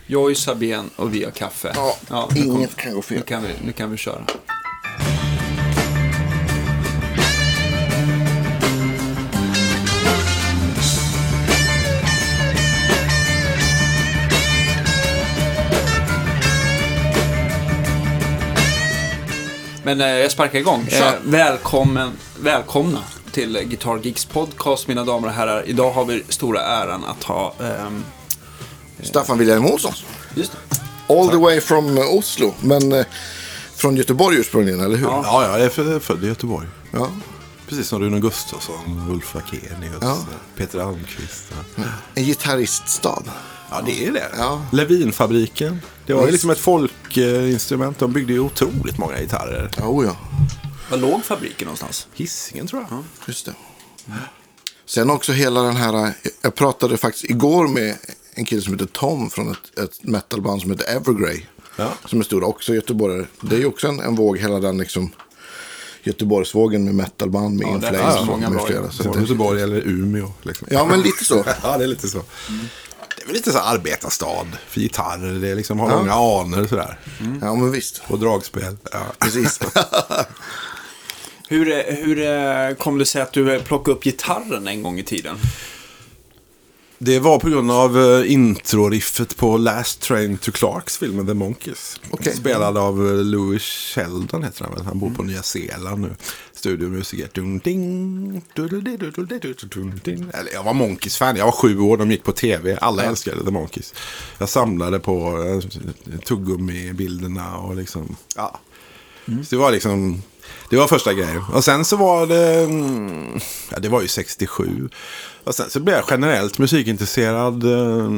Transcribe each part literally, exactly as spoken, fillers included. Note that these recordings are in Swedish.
Jag är Sabén och vi har kaffe. Ja, ja inget kom, kan gå fel. Nu kan vi, nu kan vi köra. Men eh, jag sparkar igång. Eh, välkommen, välkomna till Guitar Geeks podcast, mina damer och herrar. Idag har vi stora äran att ha... Ehm, Staffan William Olsson. Just det. All the way from Oslo, men eh, från Göteborg ursprungligen, eller hur? Ja, ja jag är född i Göteborg. Ja. Precis som Rune Gustafsson, Ulf Akenius, Ja. Peter Almqvist. Ja. En gitarriststad. Ja, det är det. Ja. Levinfabriken. Det var ju Visst. liksom ett folkinstrument. De byggde ju otroligt många gitarrer. Ja, oh ja. Var låg fabriken någonstans? Hisingen, tror jag. Just det. Sen också hela den här... Jag pratade faktiskt igår med en kille som heter Tom från ett, ett metalband som heter Evergrey. Ja. Som är stora, också Göteborg. Det är ju också en, en våg, hela den liksom... Göteborgsvågen med metalband, med Ja, In där Flames finns och många med bra, flera. ja. Så Var det, Göteborg eller Umeå. Liksom. ja, men lite så. Ja, det är lite så. Det är väl lite så här arbetarstad för gitarrer. Det är liksom har Ja. många anor sådär. Ja, men visst. Och dragspel. Ja. Precis. Hur, hur eh, kom det sig att du plockade upp gitarren en gång i tiden? Det var på grund av uh, introriffet på Last Train to Clarks filmen The Monkees. Okej. Spelad av uh, Louis Sheldon heter han väl. Han bor på Nya Zeeland nu. Studiomusiker. Dun, ding, du, du, du, du, du, du, du, du. Eller, jag var Monkees-fan. Jag var sju år. De gick på tv. Alla Ja. älskade The Monkees. Jag samlade på uh, tuggummi-bilderna och liksom... Ja. Mm. Så det var liksom... Det var första grejen. Och sen så var det... mm, Ja, det var ju sextiosju. Och sen så blev jag generellt musikintresserad. Eh,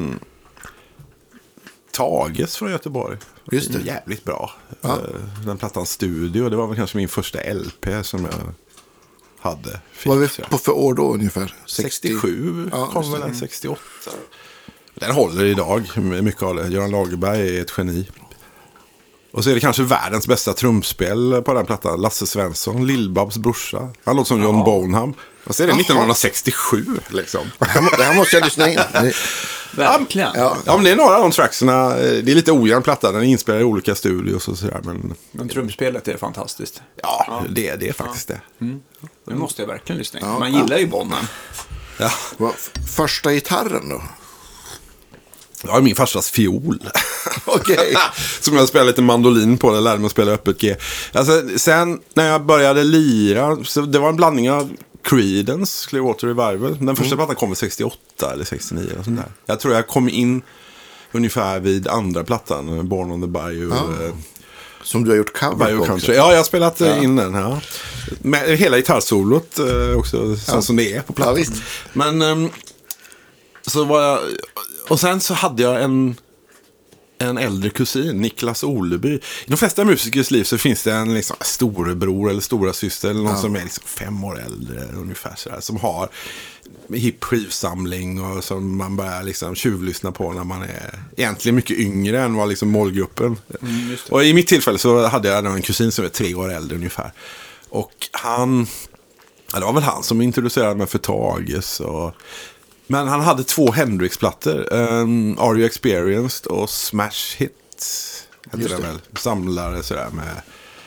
Tages från Göteborg. Just det. Jävligt bra. Ja. Eh, den plattan Studio. Det var väl kanske min första L P som jag hade. Vad var vi Fick, ja. på för år då ungefär? sextiosju Ja, kom just väl det. den sextioåtta. Den håller idag. Mycket av det. Göran Lagerberg är ett geni. Och så är det kanske världens bästa trumspel på den plattan. Lasse Svensson, Lill-Babs brorsa. Han låter som John Bonham. Och så är det Jaha. nittonhundrasextiosju liksom. Det här, må- det här måste jag lyssna in. Det, Verkligen. ja. Ja, men det är några av de trackserna. Det är lite ojämn platta. Den är inspelad i olika studios och sådär. Men Men trumspelet är fantastiskt. ja, Det, det är faktiskt det. Det måste jag verkligen lyssna in. Ja. Man gillar ju Bonham. Ja. vad, f- första gitarren då? Jag har min farsas fiol. Okej. Som jag spelade lite mandolin på. Jag lärde mig att spela öppet G. Alltså, sen när jag började lira. Så det var en blandning av Creedence, Clearwater Revival. Den första plattan kom sextioåtta eller sextionio. Och sånt där. Jag tror jag kom in ungefär vid andra plattan. Born on the Bayou. Ja. eh, Som du har gjort cover Bayou på Country. också. Ja, jag har spelat eh, Ja. in den. Ja. Med hela gitarrsolot eh, också. Så Ja. som det är på plattan. Ja, visst. Men ehm, så var jag... Och sen så hade jag en... En äldre kusin, Niklas Oleby. I de flesta musikers liv så finns det en liksom, storebror eller stora syster eller någon Ja. som är liksom fem år äldre ungefär sådär, som har hipp skivsamling och som man börjar liksom tjuvlyssna på när man är egentligen mycket yngre än vad liksom målgruppen. Mm, just det. Och i mitt tillfälle så hade jag en kusin som är tre år äldre ungefär. Och han, ja, det var väl han som introducerade mig för Tages och... Men han hade två Hendrix-plattor. Um, Are You Experienced och Smash Hits. Hette Just den det. väl. Samlare sådär med...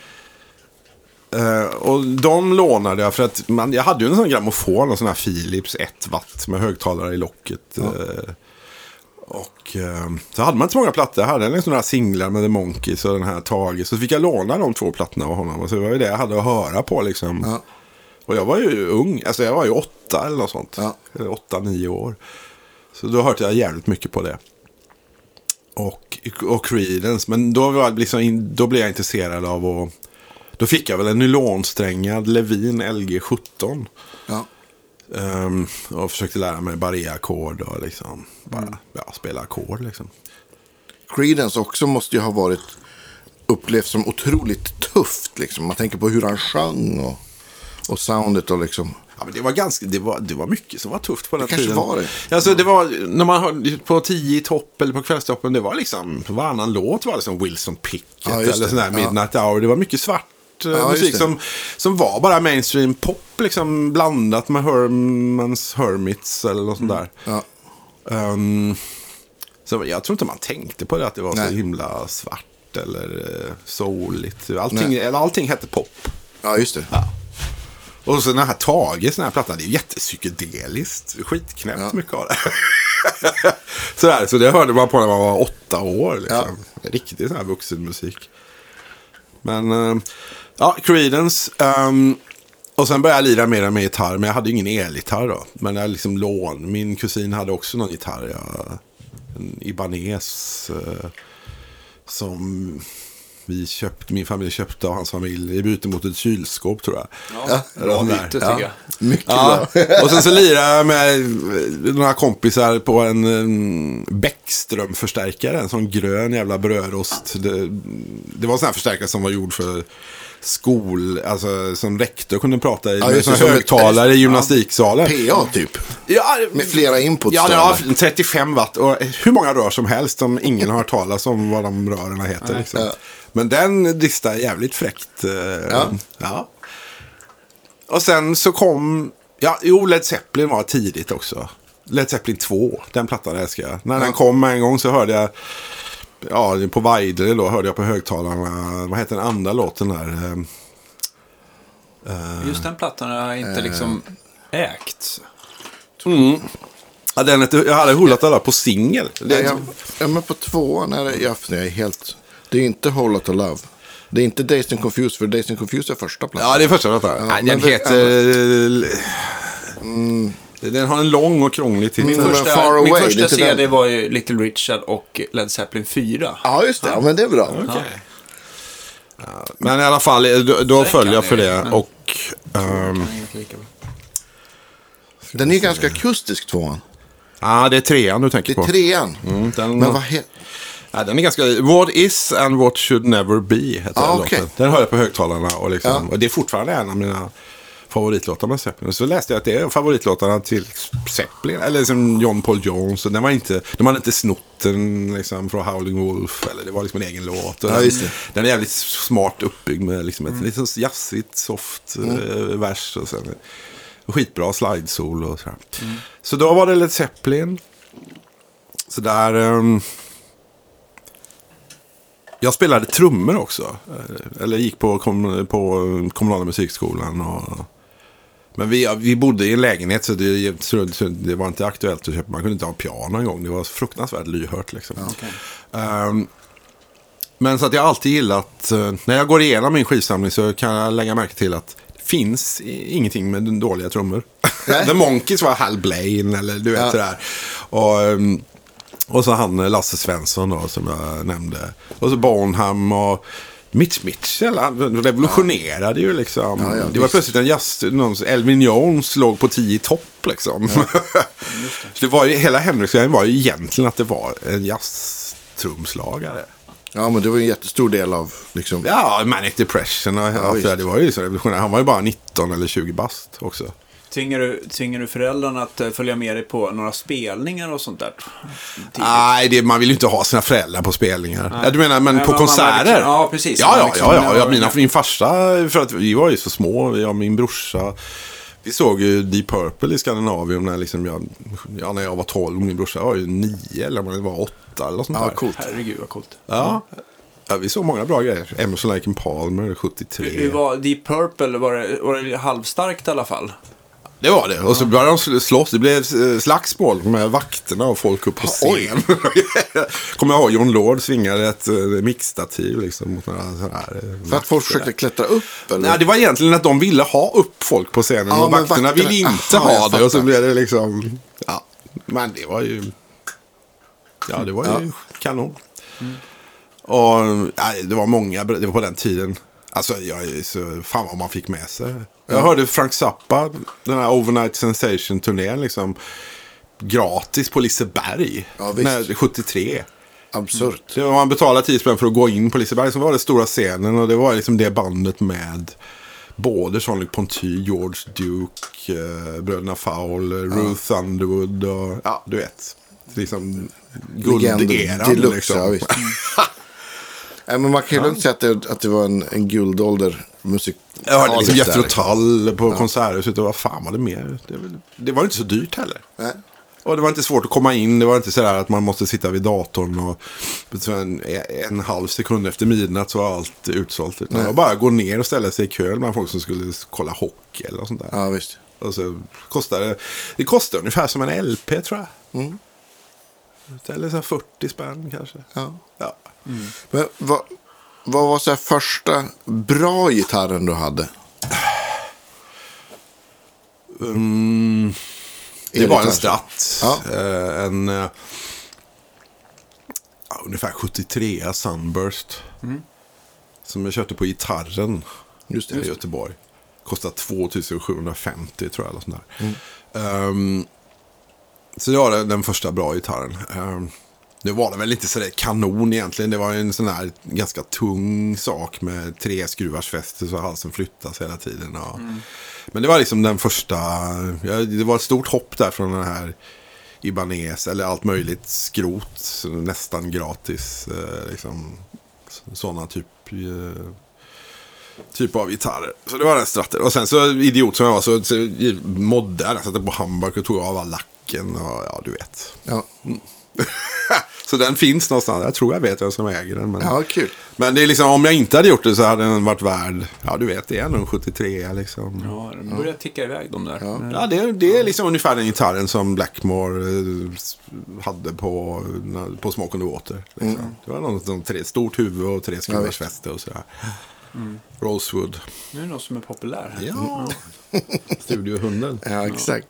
Uh, och de lånade jag för att man, jag hade ju en sån grammofon, en sån här Philips ett watt med högtalare i locket. Ja. Uh, och uh, så hade man inte så många plattor. Jag hade en sån här singlar med The Monkees och den här Tages. Så fick jag låna de två plattorna av honom. Och så var det det jag hade att höra på liksom. Ja. Och jag var ju ung, alltså jag var ju åtta eller något sånt. Ja. Eller åtta, nio år. Så då hörde jag jävligt mycket på det. Och, och Creedence. Men då, var jag liksom in, då blev jag intresserad av att... Då fick jag väl en nylonsträngad Levin L G sjutton. Ja. Um, och försökte lära mig barré-ackord och liksom bara mm. ja, spela ackord liksom. Creedence också måste ju ha varit upplevt som otroligt tufft liksom. Man tänker på hur han sjöng och, och soundet och liksom. Ja, men det var ganska det var det var mycket som var tufft på den Det tiden. kanske var det. Alltså det var när man hörde på tio i topp eller på kvällstoppen, det var liksom varannan låt var liksom Wilson Pickett Ja, just eller det. sån där Midnight Hour. Det var mycket svart eh, Ja, just musik det. som som var bara mainstream pop liksom blandat med Hermans Hermits eller något sånt där. Ja. Um, Så jag tror inte man tänkte på det, att det var Nej. så himla svart eller uh, souligt. Allting, eller allting hette pop. Ja, just det. Ja. Och så den här Tage, sån här plattan, det är ju jättepsykedeliskt. Skitknäppt Ja. mycket av det. Sådär, så det hörde man på när man var åtta år. Liksom. Ja. Riktigt sån här vuxenmusik. Men, uh, ja, Creedence. Um, och sen började jag lira mer med gitarr, men jag hade ingen elgitarr då. Men jag liksom lån. Min kusin hade också någon gitarr. Jag, en Ibanez uh, som... Vi köpte, min familj köpte av hans familj i byte mot ett kylskåp, tror jag. Ja, bra byte tycker Ja. jag. Mycket Ja. bra. Och sen så lirade jag med några kompisar på en, en Bäckström-förstärkare. En sån grön jävla brödrost. Det, det var en sån här förstärkare som var gjord för skol, alltså som rektor kunde prata i. Ja, Med just det, sån som ett- högtalare i gymnastiksalen. P A typ. Ja, Med flera inputs. Ja, det där. var trettiofem watt och hur många rör som helst som ingen har hört talas om vad de rörerna heter. Liksom. Ja. Men den distade jävligt fräckt. eh, Ja. ja. Och sen så kom, ja, jo, Led Zeppelin var tidigt också. Led Zeppelin två, den plattan älskar jag. När den kom en gång så hörde jag, ja, på Weidle då hörde jag på högtalarna, vad heter den andra låten där? Eh, Just den plattan har jag inte liksom ägt. Mm. Ja, den heter, jag hade hullat alla på singel. Ja, jag, ja, men på tvåan är det, jag, jag är helt... Det är inte Whole Lotta Love. Det är inte Dazed and Confused, för Dazed and Confused är första plattan. Ja, det är första låten. Ja, Nej, men den det- heter... Mm. Den har en lång och krånglig titel. Min Min Men första, Far Away, min det är första inte C D den. var ju Little Richard och Led Zeppelin fyra. Ja, just det. Ja, men det är bra. Okej. Ja, men i alla fall, då, då den följer jag kan för ni, det. men- Och... ehm, Den är ju ganska akustisk, tvåan. Ja, det är trean du tänker Det är på. trean. Mm, den, Men vad heter... ja, den är ganska... What is and what should never be heter Ah, den okej. låten. Den hör jag på högtalarna. Och, liksom, Ja. och det är fortfarande en av mina favoritlåtar med Zeppelin. Så läste jag att det är favoritlåtarna till Zeppelin. Eller som John Paul Jones. Och den var inte, de hade inte snott den liksom, från Howling Wolf. Eller det var liksom en egen låt. Och Ja, den, just det. den är jävligt smart uppbyggd med liksom ett Mm. lite så jazzigt, soft eh, vers. Och sen och skitbra slidesol och sådär. Mm. Så då var det Led Zeppelin. Så där... ehm, jag spelade trummor också. eh, Eller gick på, kom, på kommunala musikskolan. Och, men vi, vi bodde i en lägenhet så det, så det var inte aktuellt att köpa. Man kunde inte ha piano en gång. Det var fruktansvärt lyhört liksom. Ehm, men så att jag alltid gillat, eh, när jag går igenom min skivsamling så kan jag lägga märke till att det finns i- ingenting med dåliga trummor. The Monkees var Hal Blaine eller du vet Ja. det där. Och, ehm, och så han Lasse Svensson då, som jag nämnde. Och så Bonham och Mitch Mitchell. Han revolutionerade ju liksom. Ja, ja, det var visst. plötsligt en jazz... Någon, Elvin Jones låg på tio i topp liksom. Så det var ju, hela Hendrix-grejen var ju egentligen att det var en jazztrumslagare. Ja, men det var en jättestor del av liksom... Ja, Manic Depression och allt det visst. där. Det var ju så revolutionärt. Han var ju bara nitton eller tjugo bast också. Tvingar du, tvingar du föräldrarna att eh, följa med dig på några spelningar och sånt där? Tidigt? Nej, det, man vill ju inte ha sina föräldrar på spelningar. Ja, du menar, men Nej, på man- man var konserter? liksom- ja, precis. Ja, Man ja, liksom- ja, ja, ja. var- Mina, min farsa, för att vi var ju så små, jag och min brorsa. Vi såg ju Deep Purple i Skandinavien när, liksom jag, ja, när jag var tolv. Min brorsa var ju nio eller man var åtta eller sånt Ja, där. coolt. Herregud vad coolt. Ja. Ja, vi såg många bra grejer. Emerson Lake and Palmer, sjuttiotre. Hur var Deep Purple? Var det, var det halvstarkt i alla fall? Det var det. Och så började de sl- slåss. Det blev eh, slagsmål med vakterna och folk upp på scen. Kommer jag ihåg, John Lord svingade ett eh, mixtativ liksom mot några sådana här... eh, För att folk försökte klättra upp, eller? Nej, det var egentligen att de ville ha upp folk på scenen. Ja, och men vakterna vakterna- ville inte Aha, ha jag det. Och så fattar. blev det liksom... Ja, men det var ju... Ja, det var ju Ja. kanon. Och ja, det var många, det var på den tiden. Alltså, jag är så, fan vad man fick med sig. Jag hörde Frank Zappa, den här Overnight Sensation-turnén liksom, gratis på Liseberg. Ja, visst. När, sjuttiotre. Absurt. Det var, man betalade tio spänn för att gå in på Liseberg. Så var det stora scenen och det var liksom det bandet med både Jean-Luc Ponty, George Duke, eh, bröderna Fowler, Ruth Underwood och ja, du vet. Liksom Legend gulderan deluxe, liksom. ja, visst. Nej, men man kan ju lugnt säga att det, att det var en, en guldålder musik. Jag hörde liksom där. Jethro Tull på konserthuset och vad fan var det mer? Det, det var ju inte så dyrt heller. Nej. Och det var inte svårt att komma in. Det var inte så där att man måste sitta vid datorn och en, en halv sekund efter midnatt så var allt utsålt. Utan jag bara gå ner och ställa sig i kön med folk som skulle kolla hockey eller sånt där. Ja, visst. Och så kostade det, det kostar ungefär som en L P, tror jag. Mm. Eller så fyrtio spänn kanske. Ja. Ja. Mm. Men vad, vad var så här första bra gitarren du hade? Mm, det var en Strat. Ja. Eh, en eh, ja, ungefär sjuttiotre Sunburst. Mm. Som jag köpte på Gitarren. Just det, i just det. Göteborg. Kostade tvåtusen sjuhundrafemtio tror jag. Eller sånt där. Mm. Um, så det var den första bra gitarren. Um, det var det väl inte så där kanon egentligen. Det var en sån här ganska tung sak med tre skruvars fäste så halsen flyttas hela tiden. Och, mm. Men det var liksom den första, ja, det var ett stort hopp där från den här Ibanez eller allt möjligt skrot, nästan gratis, eh, liksom sådana typ eh, typ av gitarrer. Så det var den Stratter. Och sen så idiot som jag var så, så modde jag, satte på handbak och tog av all lacken och ja, du vet. Ja. Mm. Så den finns någonstans. Jag tror jag vet vem som äger den. Men, ja, kul. Men det är liksom, om jag inte hade gjort det så hade den varit värd, ja du vet, det är nog en sjuttiotre liksom. Ja, de börjar ticka iväg de där. Ja, ja det, det är liksom ungefär den gitarren som Blackmore eh, hade på, på Smoke on the Water. Liksom. Mm. Det var något som tre, stort huvud och tre skruvars fäste och sådär. Mm. Rosewood. Nu är det något som är populär här. Ja. Studiohunden. Ja, exakt.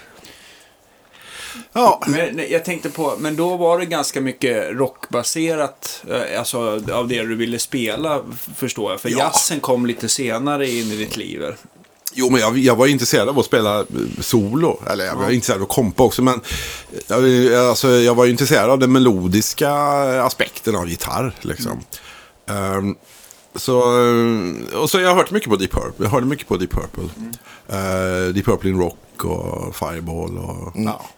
Ja. Men jag tänkte på, men då var det ganska mycket rockbaserat, alltså av det du ville spela, förstår jag. För ja. Jazzen kom lite senare in i ditt liv. Jo, men jag, jag var intresserad av att spela solo. Eller jag var ja. intresserad av att kompa också. Men jag, alltså, jag var intresserad av den melodiska aspekten av gitarr. Liksom. Mm. Um, så, och så jag har hört mycket på Deep Purple. Jag hörde mycket på Deep Purple. Mm. Uh, Deep Purple in Rock och Fireball och... Mm. Ja.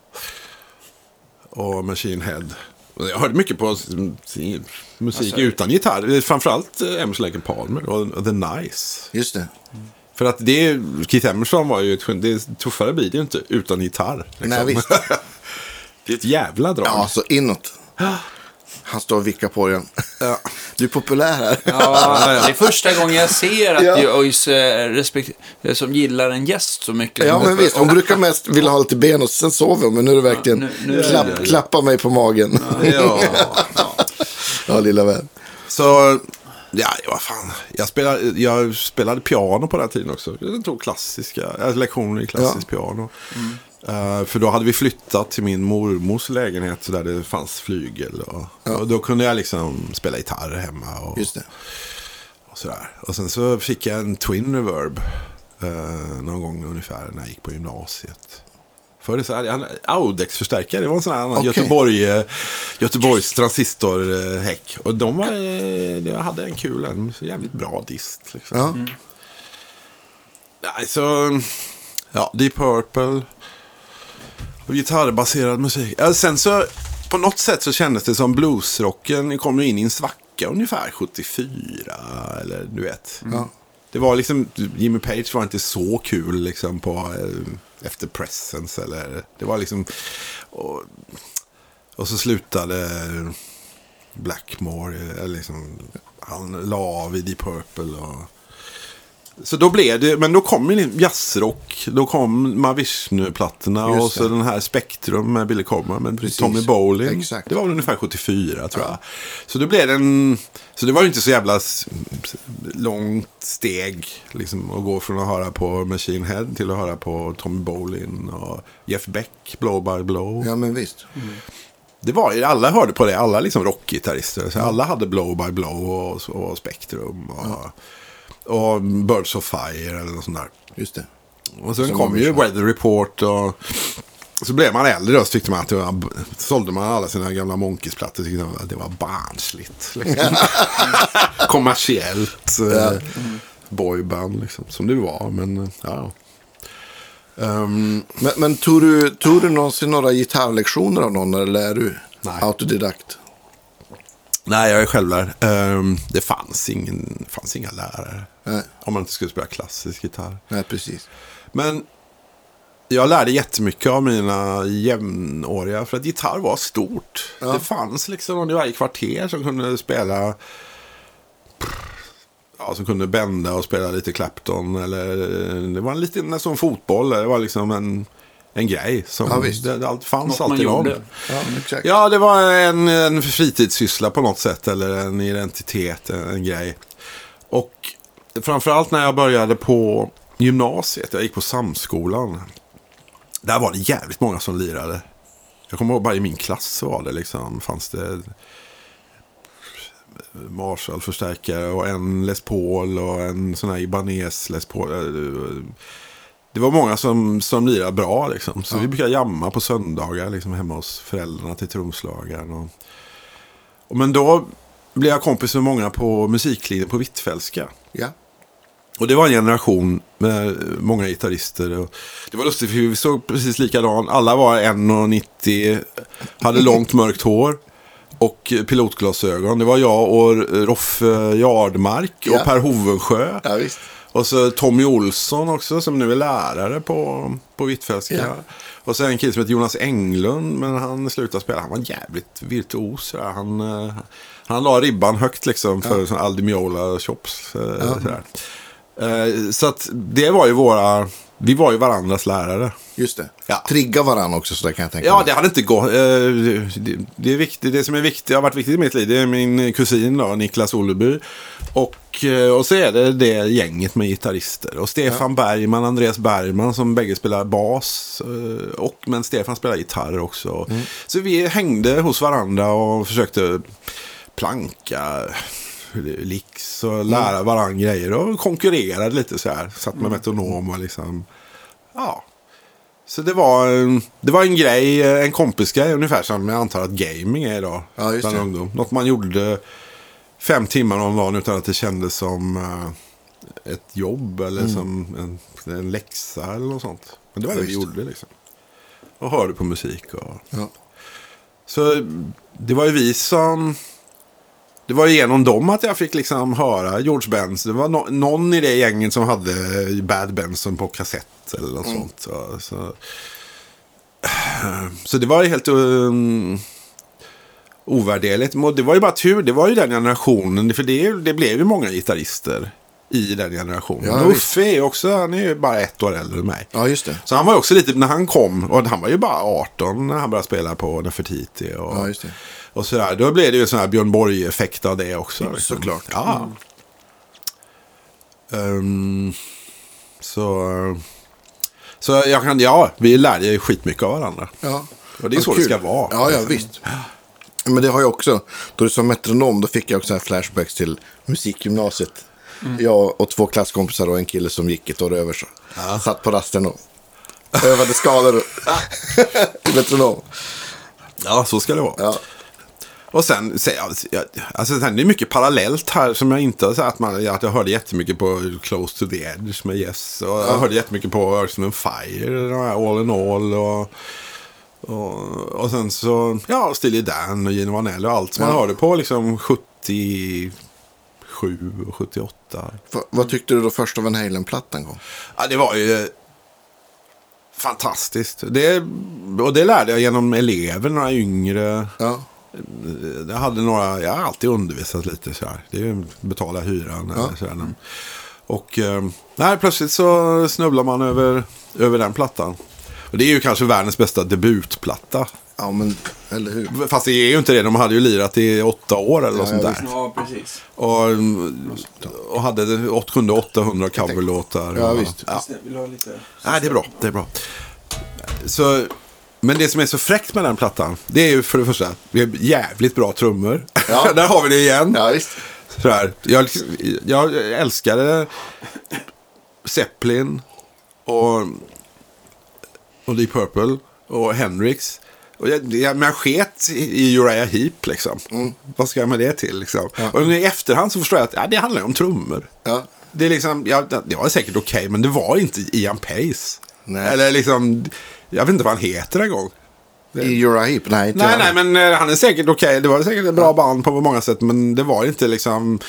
Och Machine Head. Jag hörde mycket på musik alltså, utan gitarr. Framförallt Emerson Lake and Palmer och The Nice. Just det. Mm. För att det, Keith Emerson var ju ett, det tuffare blir det ju inte utan gitarr. Liksom. Nej, visst. Det är ett jävla drag. Ja, så inåt. Han står och vickar på den. Ja. Du är populär här. Ja, det är första gången jag ser att ja. Joyce äh, respekt, som gillar en gäst så mycket. Ja, men visst. Hon brukar mest vilja ha lite ben och sen sover hon. Men nu är det verkligen ja, nu, nu klapp, är det. klappa mig på magen. Ja, ja. ja. ja lilla vän. Så, ja, vad fan. Jag spelade, jag spelade piano på den tiden också. Jag tog klassiska, lektioner i klassisk ja. piano. Mm. Uh, för då hade vi flyttat till min mormors lägenhet där det fanns flygel och, ja. och då kunde jag liksom spela gitarr hemma och, Just det. och sådär. Och sen så fick jag en Twin Reverb uh, någon gång ungefär när jag gick på gymnasiet. För det så här, en Audex-förstärkare, det var en sån här okay. Göteborg, Göteborgs transistorhäck. Och de var, jag hade en kul, en jävligt bra dist liksom. Ja. Mm. Nej, så ja, Deep Purple och gitarrbaserad musik. Ja, sen så på något sätt så kändes det som bluesrocken kom in i en svacka ungefär sjuttiofyra eller du vet. Mm. Det var liksom, Jimmy Page var inte så kul liksom på eh, efter Presence eller det var liksom och, och så slutade Blackmore eller liksom han la av i Deep Purple och så då blev det, men då kom ju jazzrock, då kom Mahavishnu-plattorna och så den här Spektrum med Billy Cobham med Precis. Tommy Bolin. Exakt. Det var väl ungefär sjuttiofyra tror jag. Ja. Så då blev det en, så det var ju inte så jävla långt steg liksom att gå från att höra på Machine Head till att höra på Tommy Bolin och Jeff Beck, Blow by Blow. Ja, men visst. Mm. Det var ju, alla hörde på det, alla liksom rockgitarrister. Så mm. alla hade Blow by Blow och, och Spektrum och ja. Och Birds of Fire eller något sånt där. Just det. Och sen kom ju Weather Report och så blev man äldre och så tyckte man att det var, sålde man alla sina gamla Monkeys-plattor och tyckte man att det var barnsligt. Liksom. Kommersiellt ja. eh, boyband liksom, som det var. Men ja. Um, men, men tog du, tog du någonsin några gitarrlektioner av någon eller är du nej. autodidakt? Nej, jag är självlärd. Um, det fanns, ingen, fanns inga lärare. Nej. Om man inte skulle spela klassisk gitarr. Nej, precis. Men jag lärde jättemycket av mina jämnåriga. För att gitarr var stort. Ja. Det fanns liksom någon i varje kvarter som kunde spela... Ja, som kunde bända och spela lite Clapton. Eller, det var lite nästan fotboll. Det var liksom en... En grej som ja, visst. Det, det fanns något alltid någon. Ja, exakt. Ja, det var en, en fritidssyssla på något sätt. Eller en identitet, en, en grej. Och framförallt när jag började på gymnasiet. Jag gick på Samskolan. Där var det jävligt många som lirade. Jag kommer ihåg bara i min klass så var det liksom. Fanns det Marshall-förstärkare och en Les Paul och en sån här Ibanez Les Paul. Det var många som, som lirade bra liksom. Så ja. Vi brukade jamma på söndagar liksom, hemma hos föräldrarna till trumslagaren. Och, och, men då blev jag kompis med många på musiklinjen på Hvitfeldtska. Ja. Och det var en generation med många gitarrister. Och det var lustigt för vi såg precis likadan. Alla var en komma nittio, hade långt mörkt hår och pilotglasögon. Det var jag och Roffe Jardmark och ja. Per Hovensjö. Ja, visst. Och så Tommy Olsson också som nu är lärare på, på Hvitfeldtska. Ja. Och så en kille som heter Jonas Englund, men han slutade spela. Han var jävligt virtuos. Han, han la ribban högt liksom för ja. Aldi Meola Chops. Ja. Sådär. Så att det var ju våra... Vi var ju varandras lärare. Just det. Ja. Trigga varandra också, så där kan jag tänka Ja, mig. det hade inte gått. Det, det är viktigt. Det som är viktigt, har varit viktigt i mitt liv, det är min kusin då, Niklas Olleby. Och, och så är det det gänget med gitarrister. Och Stefan ja. Bergman, Andreas Bergman som bägge spelar bas. Och, men Stefan spelar gitarr också. Mm. Så vi hängde hos varandra och försökte planka... Lix och lära mm. varandra grejer och konkurrerade lite så här. Satt med mm. metronom och liksom ja. Så det var det var en grej, en kompisgrej ungefär som jag antar att gaming är idag. Ja, just det. Ungdom. Något man gjorde fem timmar om dagen utan att det kändes som uh, ett jobb eller mm. som en, en läxa eller något sånt. Men det var ja, det vi gjorde liksom. Och hörde på musik och ja. Så det var ju vi som det var genom dem att jag fick liksom höra George Benson. Det var no- någon i det gänget som hade Bad Benson på kassett eller något mm. sånt. Så, så, så det var ju helt um, ovärderligt. Det var ju bara tur. Det var ju den generationen. För det, det blev ju många gitarrister i den generationen. Ja, Uffe är också, han är ju bara ett år äldre än mig. Ja, just det. Så han var också lite, när han kom, och han var ju bara arton när han började spela på Nefertiti. Och, ja, just det. Och sådär, då blev det ju sån här Björn Borg-effekt av det också. Liksom. Såklart. Ja. Mm. Um, så så jag kan, ja, vi lärde ju skitmycket av varandra. Ja. Och det är så kul. Det ska vara. Ja, ja, visst. Men det har jag också, då du som metronom, då fick jag också en flashbacks till musikgymnasiet. Mm. Jag och två klasskompisar och en kille som gick ett år över så. Ja. Satt på rasten och övade skador metronom. Ja, så ska det vara. Ja. Och sen, alltså sen det är mycket parallellt här som jag inte har sagt att man, att jag hörde jättemycket på Close to the Edge med Yes och ja. Jag hörde jättemycket på Earth and Fire, All in All och, och, och sen så, ja, Steely Dan och Gene Vanelli och allt som ja. Man hörde på liksom sjuttiosju och sjuttioåtta. Va, vad tyckte du då först av Van Halen-plattan kom? Ja, det var ju fantastiskt. Det, och det lärde jag genom elever, några yngre. Ja. Jag hade några, jag har alltid undervisat lite så här. Det är ju betala hyran ja. Eller så här. Och eh, nej, plötsligt så snubblar man över, över den plattan. Och det är ju kanske världens bästa debutplatta. Ja, men eller hur? Fast det är ju inte det, de hade ju lirat i åtta år eller ja, något sånt där. Ja, precis. Och, och hade åttahundra coverlåtar. Ja, visst. Ja. Vill du ha lite? Nej, det är bra, det är bra. Så, men det som är så fräckt med den plattan, det är ju för det första, det är jävligt bra trummor. Ja. Där har vi det igen. Ja, visst. Så här, jag, jag älskade Zeppelin och, och Deep Purple och Hendrix. Och jag, jag, men jag sket i Uriah Heep liksom. Mm. Vad ska jag med det till liksom? Ja. Och i efterhand så förstår jag att ja, det handlar om trummor. Ja. Det är liksom, ja, det var säkert okej, okay, men det var inte Ian Pace. Nej. Eller liksom, jag vet inte vad han heter en gång. I Uriah Heep? Nej, nej, nej, men uh, han är säkert okej. Okay. Det var säkert ett bra band på många sätt, men det var inte liksom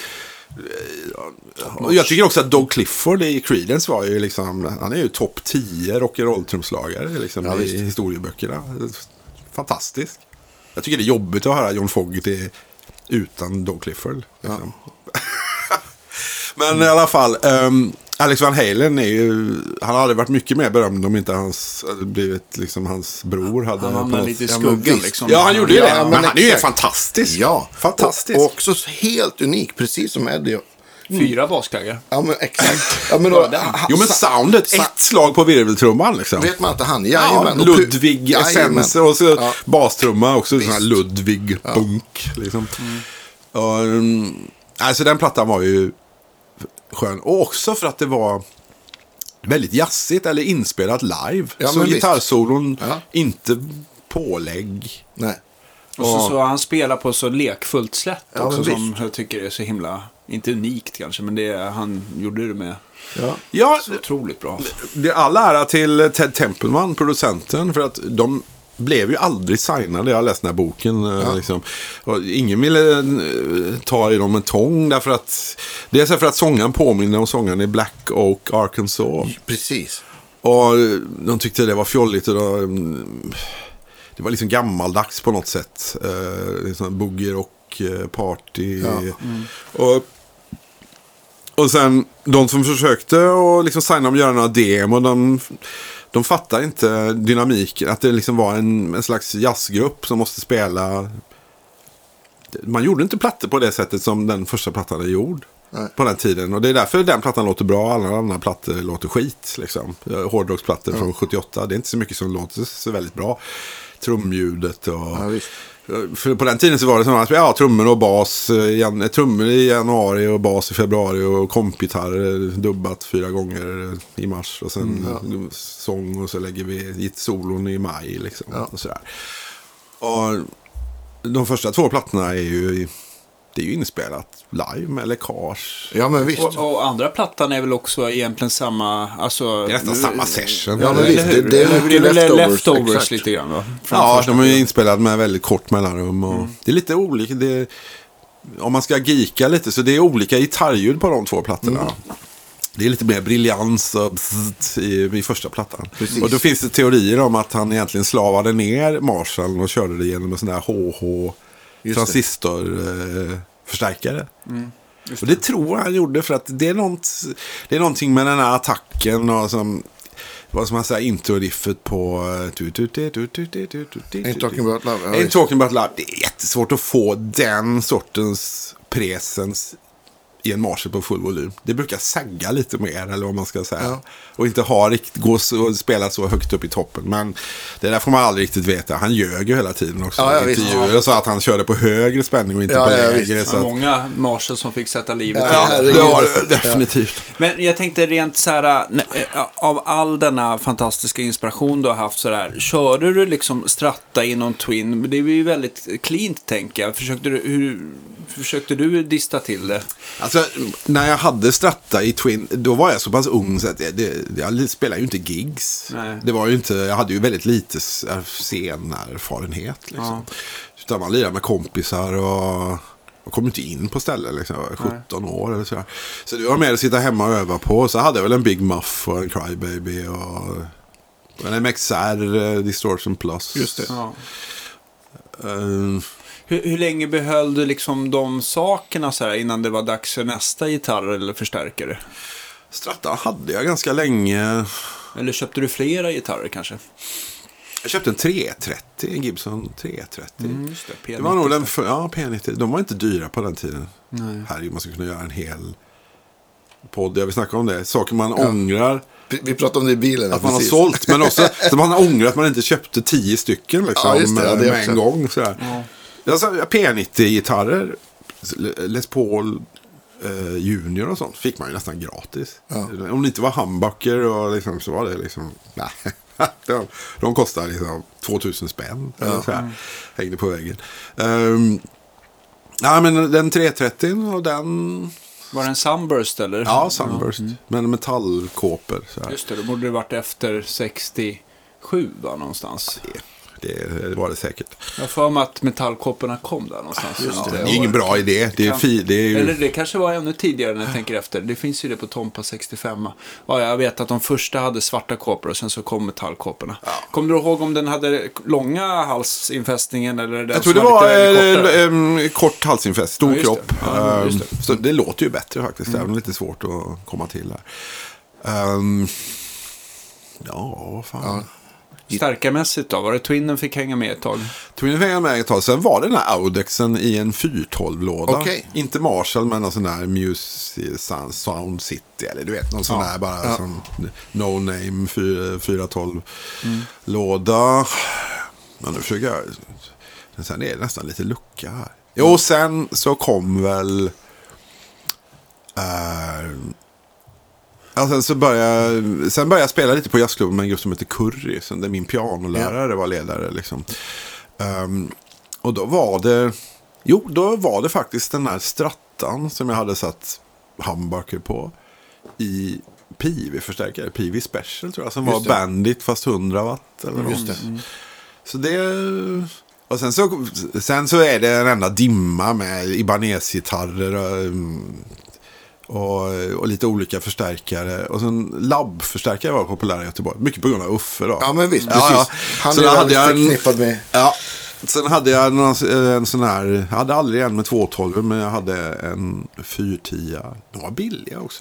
Och jag tycker också att Doug Clifford i Creedence var ju liksom, han är ju topp tio rock'n'roll-trumslagare liksom, ja, i historieböckerna. Fantastisk. Jag tycker det är jobbigt att höra John Fogerty utan Doug Clifford. Liksom. Ja. Men mm. i alla fall, um, Alex Van Halen är ju, han hade varit mycket mer berömd om inte hans blivit liksom hans bror hade. Han hamnade lite i skuggan liksom. Ja, han gjorde ja, det. Men, men han är ju exakt. fantastisk. Ja, fantastisk. Och, och också helt unik, precis som Eddie. Mm. Fyra baskaggar. Ja, men exakt. Ja, men då, jo, men soundet, ett slag på virveltrumman liksom. Vet man inte han? Ja, ja, Ludwig essens och så ja. bastrumma också, sån här Ludwig ja. bunk liksom. Mm. Och, um, alltså den plattan var ju skön. Och också för att det var väldigt jazzigt eller inspelat live. Ja, så gitarrsolon ja. inte pålägg. Nej. Och så, så han spelar på så lekfullt sätt ja, också som jag tycker är så himla, inte unikt kanske, men det han gjorde det med. Ja, ja så otroligt bra. Det är all ära till Ted Templeman, producenten, för att de blev ju aldrig signade. Jag har läst den här boken. Ja. Liksom. Och ingen ville ta i dem en tång därför att det är så för att sångaren påminner om sångaren i Black Oak, Arkansas. Precis. Och de tyckte det var fjolligt och då, det var liksom gammaldags på något sätt. Eh, liksom boogie rock party. Ja. Mm. Och och sen de som försökte och liksom signa dem och göra några demo, de De fattar inte dynamiken, att det liksom var en, en slags jazzgrupp som måste spela. Man gjorde inte plattor på det sättet som den första plattan är gjord. Nej. På den tiden. Och det är därför den plattan låter bra, alla andra plattor låter skit. Liksom. Hårdrocksplattor ja. från sjuttioåtta, det är inte så mycket som låter så väldigt bra. Trumljudet och... Ja, visst. För på den tiden så var det som att ja, trummor och bas, jan, trummor i januari och bas i februari och kompgitarr dubbat fyra gånger i mars och sen mm, ja. sång och så lägger vi gitt solon i maj liksom, ja. och sådär. Och de första två plattorna är ju det är ju inspelat live med läckage. Ja, men visst. Och, och andra plattan är väl också egentligen samma, alltså... Det är nästan samma session. Ja, men visst. Det, det är mycket leftovers, leftovers lite grann, va? Ja, de är ju inspelade med väldigt kort mellanrum. Och mm. Det är lite olika. Det är, om man ska geeka lite så det är olika gitarrljud på de två plattorna. Mm. Det är lite mer briljans och bzzzt i, i första plattan. Precis. Och då finns det teorier om att han egentligen slavade ner Marshall och körde det genom en sån här H H transistor eh, förstärkare. Mm, det. Och det tror han gjorde för att det är, något, det är någonting med den här attacken och som, vad som man säger, intro-riffet på Ain't Talking About Love. Ain't Talking About Love. Det är jättesvårt att få den sortens presens i en Marshall på full volym. Det brukar sagga lite mer, eller vad man ska säga. Ja. Och inte ha riktigt, gå så, spela så högt upp i toppen. Men det där får man aldrig riktigt veta. Han ljög ju hela tiden också. Ja, ja, intervjuer sa att han körde på högre spänning och inte ja, på ja, lägre. Så att... många Marshall som fick sätta livet ja, till. Ja, det var det definitivt. Men jag tänkte rent så här, av all denna fantastiska inspiration du har haft så där, körde du liksom Stratta i någon Twin? Det är ju väldigt cleant, tänker jag. Försökte du, hur, försökte du dista till det? Alltså, när jag hade Stratta i Twin, då var jag så pass ung så att det, det, jag spelade ju inte gigs. Nej. Det var ju inte, jag hade ju väldigt lite scenerfarenhet liksom. Ja. Utan man lirade med kompisar och jag kom inte in på ställen liksom, sjutton Nej. år eller sådär. Så det var mer att sitta hemma och öva på. Så hade jag väl en Big Muff och en Crybaby och en M X R Distortion Plus. Just det. Ja. Uh, Hur, hur länge behöll du liksom de sakerna så här innan det var dags för nästa gitarr eller förstärkare? Stratta hade jag ganska länge. Eller köpte du flera gitarrer kanske? Jag köpte en tre trettio, en Gibson tre trettio. Mm, just det, P nittio. Det var nog den för, ja, P nittio. De var inte dyra på den tiden. Nej. Här man skulle kunna göra en hel podd. Jag vill snacka om det. Saker man ja. ångrar. Vi pratade om det i bilen. Att man precis. har sålt, men också att man har ångrat att man inte köpte tio stycken liksom, ja, just det, ja, det med en gång. Sådär. Ja. Alltså, P nittio-gitarrer, Les Paul eh, Junior och sånt fick man ju nästan gratis. Ja. Om det inte var humbucker och liksom, så var det liksom, nej. de, de kostar liksom tvåtusen spänn. Ja. Så här, hängde på väggen. Um, ja, men den tre trettio och den... Var det en Sunburst eller? Ja, Sunburst. Ja. Mm. Men metallkåpor. Så här. Just det, då borde det varit efter sextiosju va, någonstans. Ja, Det var det säkert. Jag får med att metallkopporna kom där någonstans. Ja, det är ingen bra idé. Det är kan, fi, det är ju... Eller det kanske var ännu tidigare när jag tänker efter. Det finns ju det på Tompa sextiofem. Ja, jag vet att de första hade svarta koppor och sen så kom metallkopporna. Ja. Kommer du ihåg om den hade långa halsinfästningen? Eller den jag tror det var, var en äh, kort halsinfäst, stor ja, kropp. Det. Ja, just det. Um, så det låter ju bättre faktiskt. Mm. Det är lite svårt att komma till här. Um, ja, vad fan. Ja. Stärkarmässigt då? Var det Twinnen fick hänga med ett tag? Twinnen fick hänga med ett tag. Sen var det den här Audexen i en fyrtolv-låda. Okay. Inte Marshall, men någon sån där Music Sound City. Eller du vet, någon sån ja. där bara ja. som No Name fyrtolv-låda. Mm. Men nu försöker jag... Sen är det nästan lite lucka här. Jo, mm. sen så kom väl... Uh, Ja, sen, så började, sen började jag spela lite på jazzklubben med en grupp som heter Curry, som där min pianolärare ja. var ledare. Liksom. Um, och då var det jo, då var det faktiskt den här strattan som jag hade satt humbucker på i P V-förstärkare, P V Special tror jag, som var Bandit fast hundra watt. Eller något. Just det. Mm. Så det... Och sen så, sen så är det en enda dimma med Ibanez-gitarrer och... Och, och lite olika förstärkare. Och sen labbförstärkare var populära i Göteborg. Mycket på grund av Uffe då. Ja, men visst, precis. Ja, ja. Han så är hade jag förknippad med... Ja. Sen hade jag någon, en sån här... Jag hade aldrig en med två tolv, men jag hade en fyrtio. De var billiga också.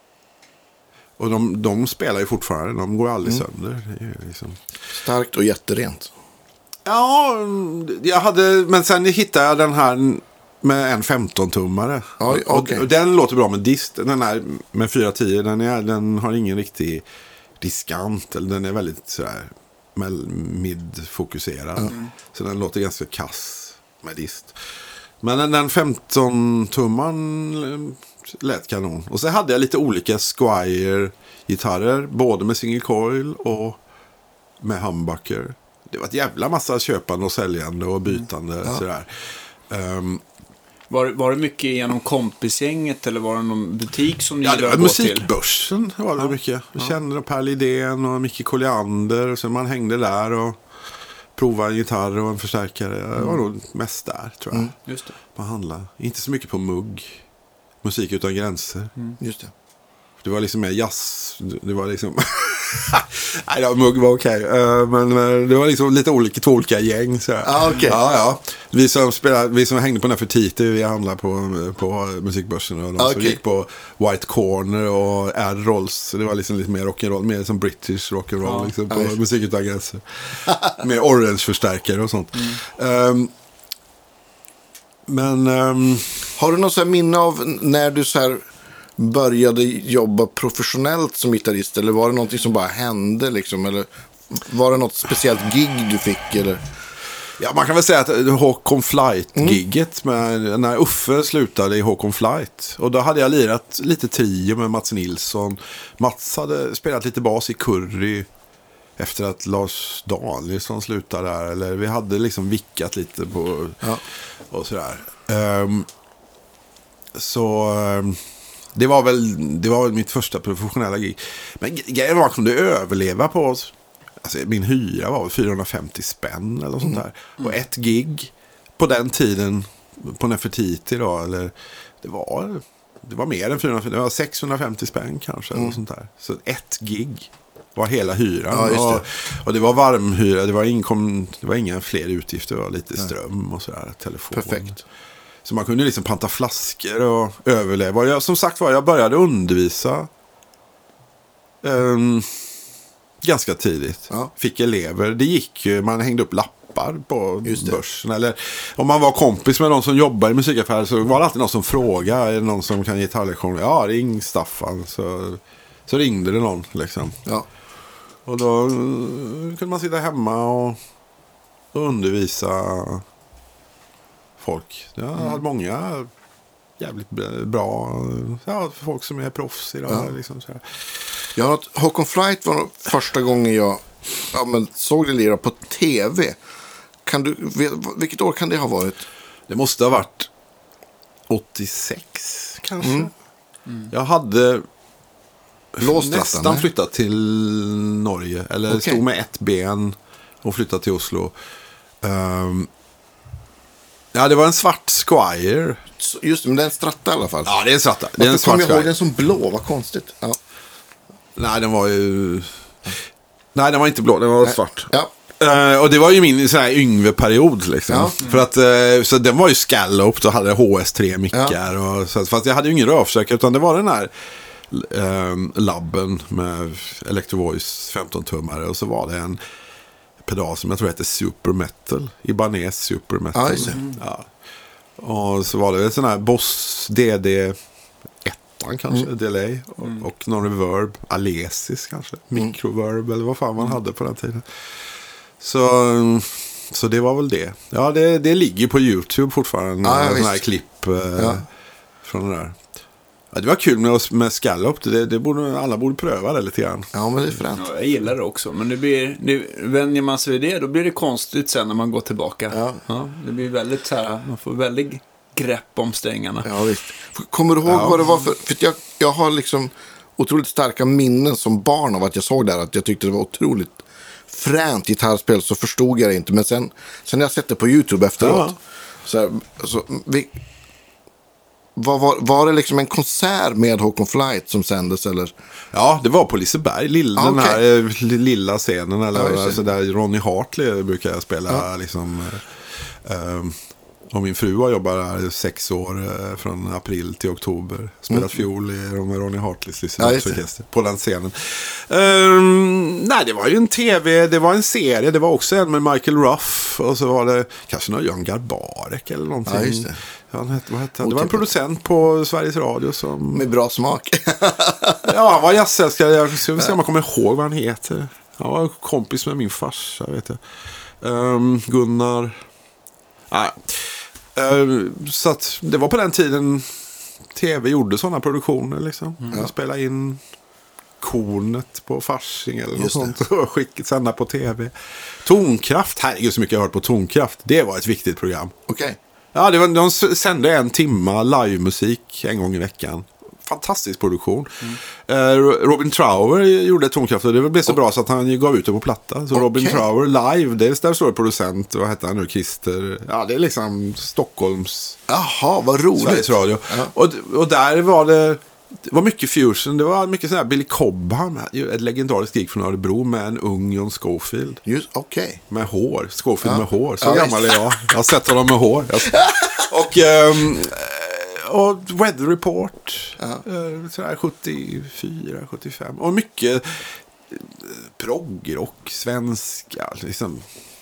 Och de, de spelar ju fortfarande. De går aldrig mm. sönder. Det är liksom... Starkt och jätterent. Ja, jag hade... Men sen hittade jag den här... Med en femton-tummare. Oj, okay. och, och den låter bra med dist. Den här med fyra tio, den, är, den har ingen riktig diskant. Eller den är väldigt sådär mid-fokuserad. Mm. Så den låter ganska kass med dist. Men den, den femton-tumman lät kanon. Och så hade jag lite olika Squire-gitarrer. Både med single coil och med humbucker. Det var ett jävla massa köpande och säljande och bytande. Mm. Ja. Sådär. Um, Var, var det mycket genom kompisgänget eller var det någon butik som ni ja, gillade att gå till? Musikbörsen var det ja. mycket. Jag ja. kände Per Lidén och Micke Colliander. Så man hängde där och provade en gitarr och en förstärkare. Jag var nog mest där, tror jag. Mm. Just det. Man handlade. Inte så mycket på mugg. Musik utan gränser. Mm. Just det. Det var liksom mer jazz. Det var liksom... Nej, ja, mugg var okej. Okay. Uh, men uh, det var liksom lite olika, två olika gäng. Så. Ah, okay. Ja, ja. Vi som, spelade, vi som hängde på Nefertiti, vi handlade på, på musikbörsen. Och de ah, som okay. gick på White Corner och R-Rolls. Det var liksom lite mer rock'n'roll, mer som British rock'n'roll. Ja. Liksom, på ah, musik utan gränser. Med orange-förstärkare och sånt. Mm. Um, men... Um, har du något så här minne av när du så här... började jobba professionellt som gitarrist, eller var det någonting som bara hände liksom, eller var det något speciellt gig du fick eller? Ja, man kan väl säga att Håkon Flight-gigget mm. med, när Uffe slutade i Håkon Flight, och då hade jag lirat lite trio med Mats Nilsson. Mats hade spelat lite bas i Curry efter att Lars Danielsson slutade där, eller vi hade liksom vickat lite på ja. och sådär. Um, så um, Det var väl det var väl mitt första professionella gig. Men grejen var att man kunde överleva på oss. Alltså min hyra var fyrahundrafemtio spänn eller sånt där. Mm. Och ett gig på den tiden på Nefertiti då, eller det var det var mer än fyrahundrafemtio, det var sexhundrafemtio spänn kanske mm. eller sånt där. Så ett gig var hela hyran. Ja, just det. Och, och det var varmhyra, det var inkom, det var inga fler utgifter, det var lite ström och sådär, telefon. Perfekt. Så man kunde liksom panta flaskor och överleva. Jag, som sagt var, jag började undervisa um, ganska tidigt. Ja. Fick elever. Det gick ju, man hängde upp lappar på börsen. Eller om man var kompis med någon som jobbar i musikaffär, så var det alltid någon som frågade. Är det någon som kan ge gitarrlektioner? Ja, ring Staffan. Så, så ringde det någon liksom. Ja. Och då kunde man sitta hemma och, och undervisa folk. Jag har mm. många jävligt bra ja, folk som är proffs idag. Ja. Liksom, så här. Jag har något, Håkon Flight var första gången jag ja, men, såg det lira på tv. Kan du, vilket år kan det ha varit? Det måste ha varit åttiosex kanske. Mm. Mm. Jag hade nästan flyttat till Norge. Eller okay. stod med ett ben och flyttade till Oslo. Um, ja, det var en svart Squire. Just det, men det är en Stratta i alla fall. Ja, det är en Stratta. Det är en Varför svart kom jag ihåg Squire. den som blå? Vad konstigt. Ja. Nej, den var ju... Nej, den var inte blå, den var Nej. svart. Ja. Uh, och det var ju min sån här yngve period liksom. Ja. För att, uh, så den var ju scalloped och hade H S tre mickar. Ja. Och så, fast jag hade ju ingen rörförsökare utan det var den här um, labben med Electro Voice femton-tummare. Och så var det en pedal som jag tror heter Super Metal. Ibanez Super Metal. Ja, just det. Mm. Ja. Och så var det en sån här Boss D D ett kanske, mm. delay. Och, mm. och någon reverb. Alesis kanske. Mm. Microverb eller vad fan man hade på den tiden. Så, så det var väl det. Ja, det, det ligger på YouTube fortfarande. Ja, sådana här klipp eh, ja. från det där. Ja, det var kul med, med Scallop. Det, det borde, alla borde pröva det lite grann. Ja, men det är fränt. Ja, jag gillar det också. Men det blir, det, vänjer man sig vid det, då blir det konstigt sen när man går tillbaka. Ja. Ja, det blir väldigt så här, man får väldigt grepp om strängarna. Ja, visst. Kommer du ihåg Ja. vad det var för... För jag, jag har liksom otroligt starka minnen som barn av att jag såg där. Att jag tyckte det var otroligt fränt gitarrspel, så förstod jag det inte. Men sen, sen när jag sett det på YouTube efteråt. Ja. Så, här, så vi, var, var, var det liksom en konsert med Håkon Flight som sändes eller? Ja, det var på Liseberg. Lill, Ah, den okay. här eh, lilla scenen. Eller Ja, just det. alltså där Ronny Hartley brukar jag spela. Ja. Liksom, eh, eh, och min fru har jobbat där sex år eh, från april till oktober. Spelat Mm. fiol i Ronny Hartleys Ja, just Lisebergsorkester på den scenen. Um, nej, det var ju en tv, det var en serie. Det var också en med Michael Ruff. Och så var det kanske någon Jan Garbarek eller någonting. Ja, just det. Ja, han hette, vad hette han? Det var en producent på Sveriges Radio som... Med bra smak. Ja, han var jazzälskare. Jag ska se om jag kommer ihåg vad han heter. Han var kompis med min farsa, vet jag. Um, Gunnar... Nej. Uh, så att det var på den tiden tv gjorde sådana produktioner liksom. Mm. Jag spelade in Kornet på Farsing eller något Just det. sånt och skickat sända på tv. Tonkraft, herregud så mycket jag har hört på Tonkraft. Det var ett viktigt program. Okej. Okay. Ja, det var, de sände en timma livemusik en gång i veckan. Fantastisk produktion. Mm. Eh, Robin Trower gjorde Tonkraft och det blev så oh. bra så att han gav ut det på platta. Så okay. Robin Trower live, det är där står producent, vad heter han nu, Christer. Ja, det är liksom Stockholms... Jaha, vad roligt. Sveriges Radio. Ja. Och, och där var det... Det var mycket fusion. Det var mycket sån här Billy Cobham, ett legendariskt gig från Örebro med en ung John Scofield. Just, okej. Okay. Med hår. Scofield ja. med hår. Så ja, gammal är jag. Jag har sett honom med hår. Och, um, och Weather Report. Ja. Sådär sjuttiofyra, sjuttiofem. Och mycket proggrock, svenska, liksom...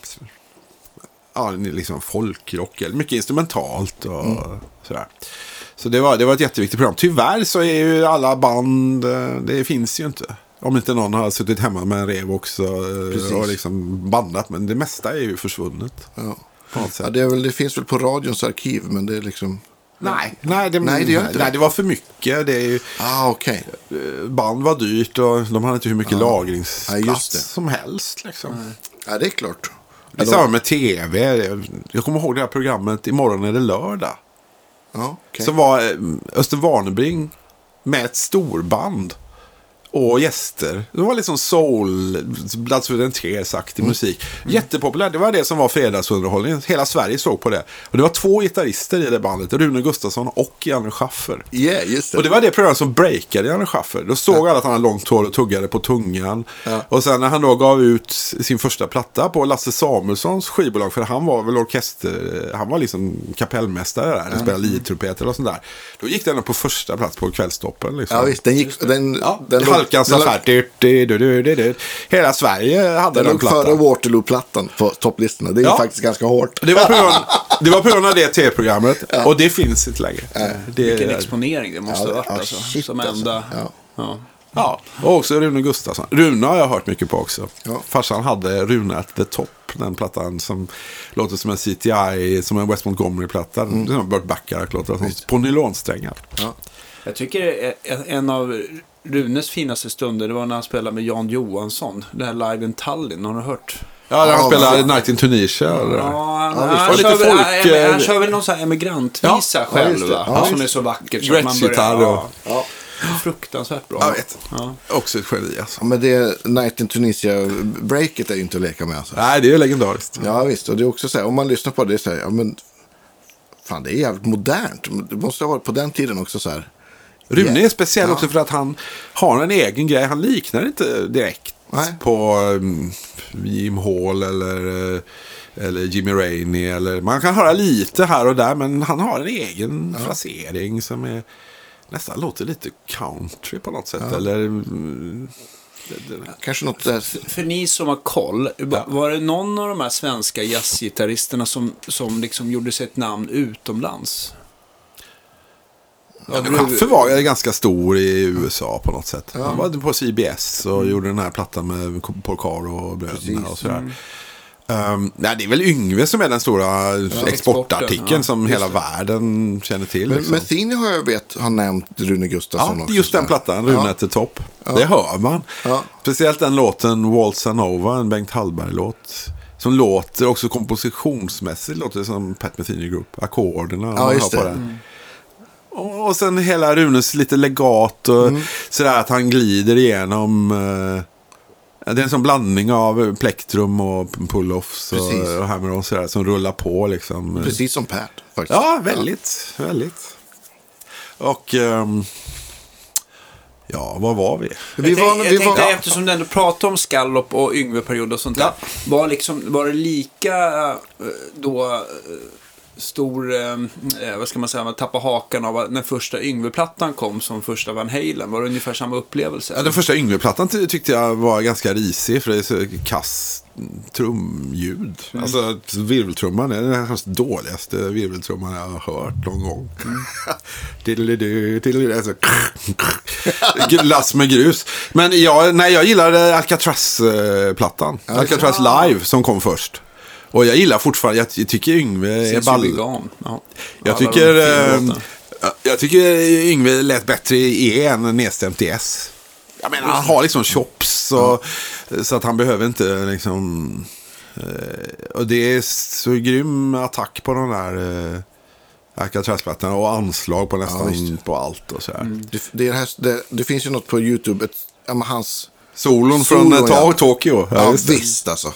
Ja, liksom folkrock. Mycket instrumentalt och mm. sådär. Så det var, det var ett jätteviktigt program. Tyvärr så är ju alla band, det finns ju inte. Om inte någon har suttit hemma med en rev också Precis. och liksom bandat. Men det mesta är ju försvunnet. Ja. Ja, det, är väl, det finns väl på radions arkiv, men det är liksom... Nej, nej, det, nej, det, gör inte nej, det. det var för mycket. Det är ju, ah, okay. Band var dyrt och de hade inte hur mycket ah. lagringsplats ja, som helst. Liksom. Nej. Ja, det är klart. Det är samma med tv. Jag kommer ihåg det här programmet Imorgon är det lördag. Ja, okay. Som var Östen Warnerbring med ett storband och gäster. Det var liksom soul, bladsudentersaktig mm. musik. Jättepopulärt. Det var det som var fredagsunderhållningen. Hela Sverige såg på det. Och det var två gitarrister i det bandet. Rune Gustafsson och Janne Schaffer. Yeah, just det. Och det var det program som breakade Janne Schaffer. Då såg ja. alla att han hade långt hår och tuggade på tungan. Ja. Och sen när han då gav ut sin första platta på Lasse Samuelssons skivbolag. För han var väl orkester... Han var liksom kapellmästare där. Han ja. spelade lidtrumpeter och sånt där. Då gick den på första plats på Kvällstoppen. Liksom. Ja visst, den gick... Den, ja, den Halkans affär. Hela Sverige hade den, den plattan. Före Waterloo-plattan på topplistorna. Det är ja. ju faktiskt ganska hårt. Det var på grund, det var på grund av det tv-programmet. Ja. Och det finns inte längre. Ja. Det, Vilken exponering det måste ja, ha varit. ja, alltså, shit, som enda... Ja. Ja. Ja, och också Rune Gustafsson. Rune har jag hört mycket på också. Ja. Farsan hade Rune at the Top, den plattan som låter som en C T I, som en West Montgomery-platta. Mm. Som Burt Bacharach låter på nylonsträngar. Ja. Jag tycker en av Runes finaste stunder, det var när han spelade med Jan Johansson. Det här Live in Tallinn, har du hört? Ja, där han ja, spelade ja. Night in Tunisia. Eller? Ja, han, ja, han, han, lite kör, folk, väl, han, han kör väl någon sån här emigrantvisa ja, själv, ja, va? Ja, som är så vackert. Så man börjar, ja. Ja. Fruktansvärt bra. Jag vet. Ja. Också ett geni alltså. Ja, men det Night in Tunisia-breaket är ju inte att leka med. Alltså. Nej, det är ju legendariskt. Ja, visst. Och det är också så här, om man lyssnar på det så här, ja men fan, det är jävligt modernt. Det måste ha varit på den tiden också så här. Rune Yeah. är speciell Ja. också för att han har en egen grej. Han liknar inte direkt Nej. på um, Jim Hall eller, uh, eller Jimmy Rainey. Eller, man kan höra lite här och där, men han har en egen ja. frasering som är nästan låter lite country på något sätt. Ja. Eller, um, det, det. Kanske något där. För, för ni som har koll, ja. var det någon av de här svenska jazzgitarristerna som, som liksom gjorde sig ett namn utomlands? Ja, Schaffer var ganska stor i U S A på något sätt. Ja. Han var på C B S och mm. gjorde den här plattan med Paul Caro och bröderna och sådär. Mm. Um, nej, det är väl Yngve som är den stora ja, exportartikeln ja, som hela det. världen känner till. Men liksom. Metheny har jag vet har nämnt Rune Gustafsson ja, också. Just den plattan, Rune ja. till topp. Ja. Det hör man. Ja. Speciellt den låten Waltz Nova, en Bengt Hallberg-låt. Som låter också kompositionsmässigt låter som Pat Metheny Group. Ackorderna. Ja, just det. På den. Mm. Och sen hela Runes lite legat och mm. sådär att han glider igenom. Uh, det är en sån blandning av plektrum och pull-offs och, och hammer och sådär som rullar på liksom. Precis som Pat faktiskt. Ja, väldigt, ja. väldigt. Och um, ja, var var vi? vi jag, var, tänk, vi jag tänkte var, eftersom du ändå pratade om Scallop och Yngve-period och sånt där. Ja. Var, liksom, var det lika då stor, eh, vad ska man säga, man tappar hakan av när första Yngve-plattan kom som första Van Halen. Var det ungefär samma upplevelse? Ja, den första Yngve-plattan ty- tyckte jag var ganska risig för det är så kass trumljud. Mm. Alltså virveltrumman är den kanske dåligaste virveltrumman jag har hört någon gång. Mm. alltså, glass med grus. Men jag, nej, jag gillade Alcatraz-plattan. Ja, Alcatraz ja. Live som kom först. Och jag gillar fortfarande, jag tycker Yngve är ball. Ja. Jag tycker äh, jag tycker Yngve lät bättre i E än nedstämt i S. Jag menar, han har liksom chops och, ja. så att han behöver inte liksom äh, och det är så grym attack på den där äh, Alcatraz-plattan och anslag på nästan ja, på allt och så här. Mm. Det, det, här, det, det finns ju något på YouTube, ett, hans solon från Solon, ja. Tokyo. Ja, ja visst alltså.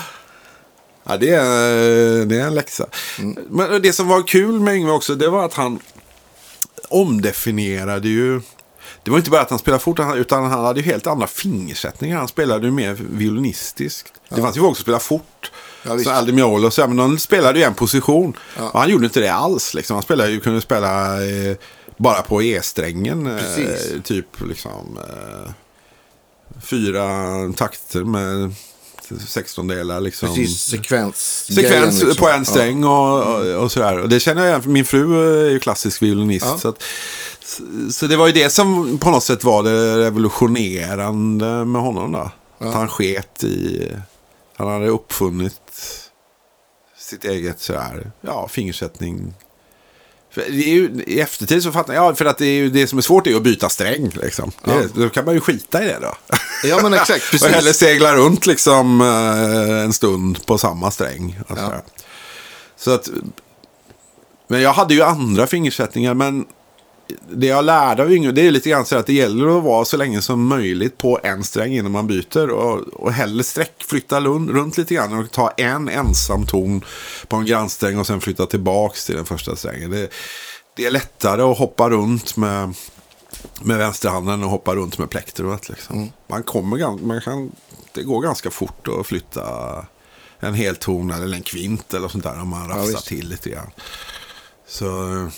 Ja, det är, det är en läxa. Mm. Men det som var kul med Yngve också, det var att han omdefinierade ju. Det var inte bara att han spelade fort, utan han hade ju helt andra fingersättningar. Han spelade ju mer violinistiskt. Ja. Det fanns ju folk som spelade fort. Ja, så Aldi Meola och så, men de spelade ju en position. Ja. Och han gjorde inte det alls. Liksom. Han spelade ju, kunde spela eh, bara på E-strängen. Eh, typ liksom eh, fyra takter med sexton delar liksom. Precis, sekvens. Sekvens liksom. På en sträng och, och, och sådär. Och det känner jag igen, för min fru är ju klassisk violinist. Ja. Så, att, så, så det var ju det som på något sätt var det revolutionerande med honom då. Ja. Att han sket i, han hade uppfunnit sitt eget sådär, ja, fingersättning. För det är ju, i eftertid så fattar jag, ja, för att det är ju det som är svårt är att byta sträng liksom. Ja. Det, då kan man ju skita i det då. Ja, men exakt, precis. Och heller segla runt liksom en stund på samma sträng. Alltså. Ja. Så att, men jag hade ju andra fingersättningar, men det jag lärde av Yngve, det är lite grann så att det gäller att vara så länge som möjligt på en sträng innan man byter, och, och hellre sträck, flytta runt, runt lite grann och ta en ensam ton på en grannsträng och sen flytta tillbaks till den första strängen. Det, det är lättare att hoppa runt med, med vänsterhanden och hoppa runt med plektrumet liksom. Mm. Man kommer, man kan, det går ganska fort att flytta en hel ton eller en kvint eller sånt där om man rafsar ja, till lite grann. Så...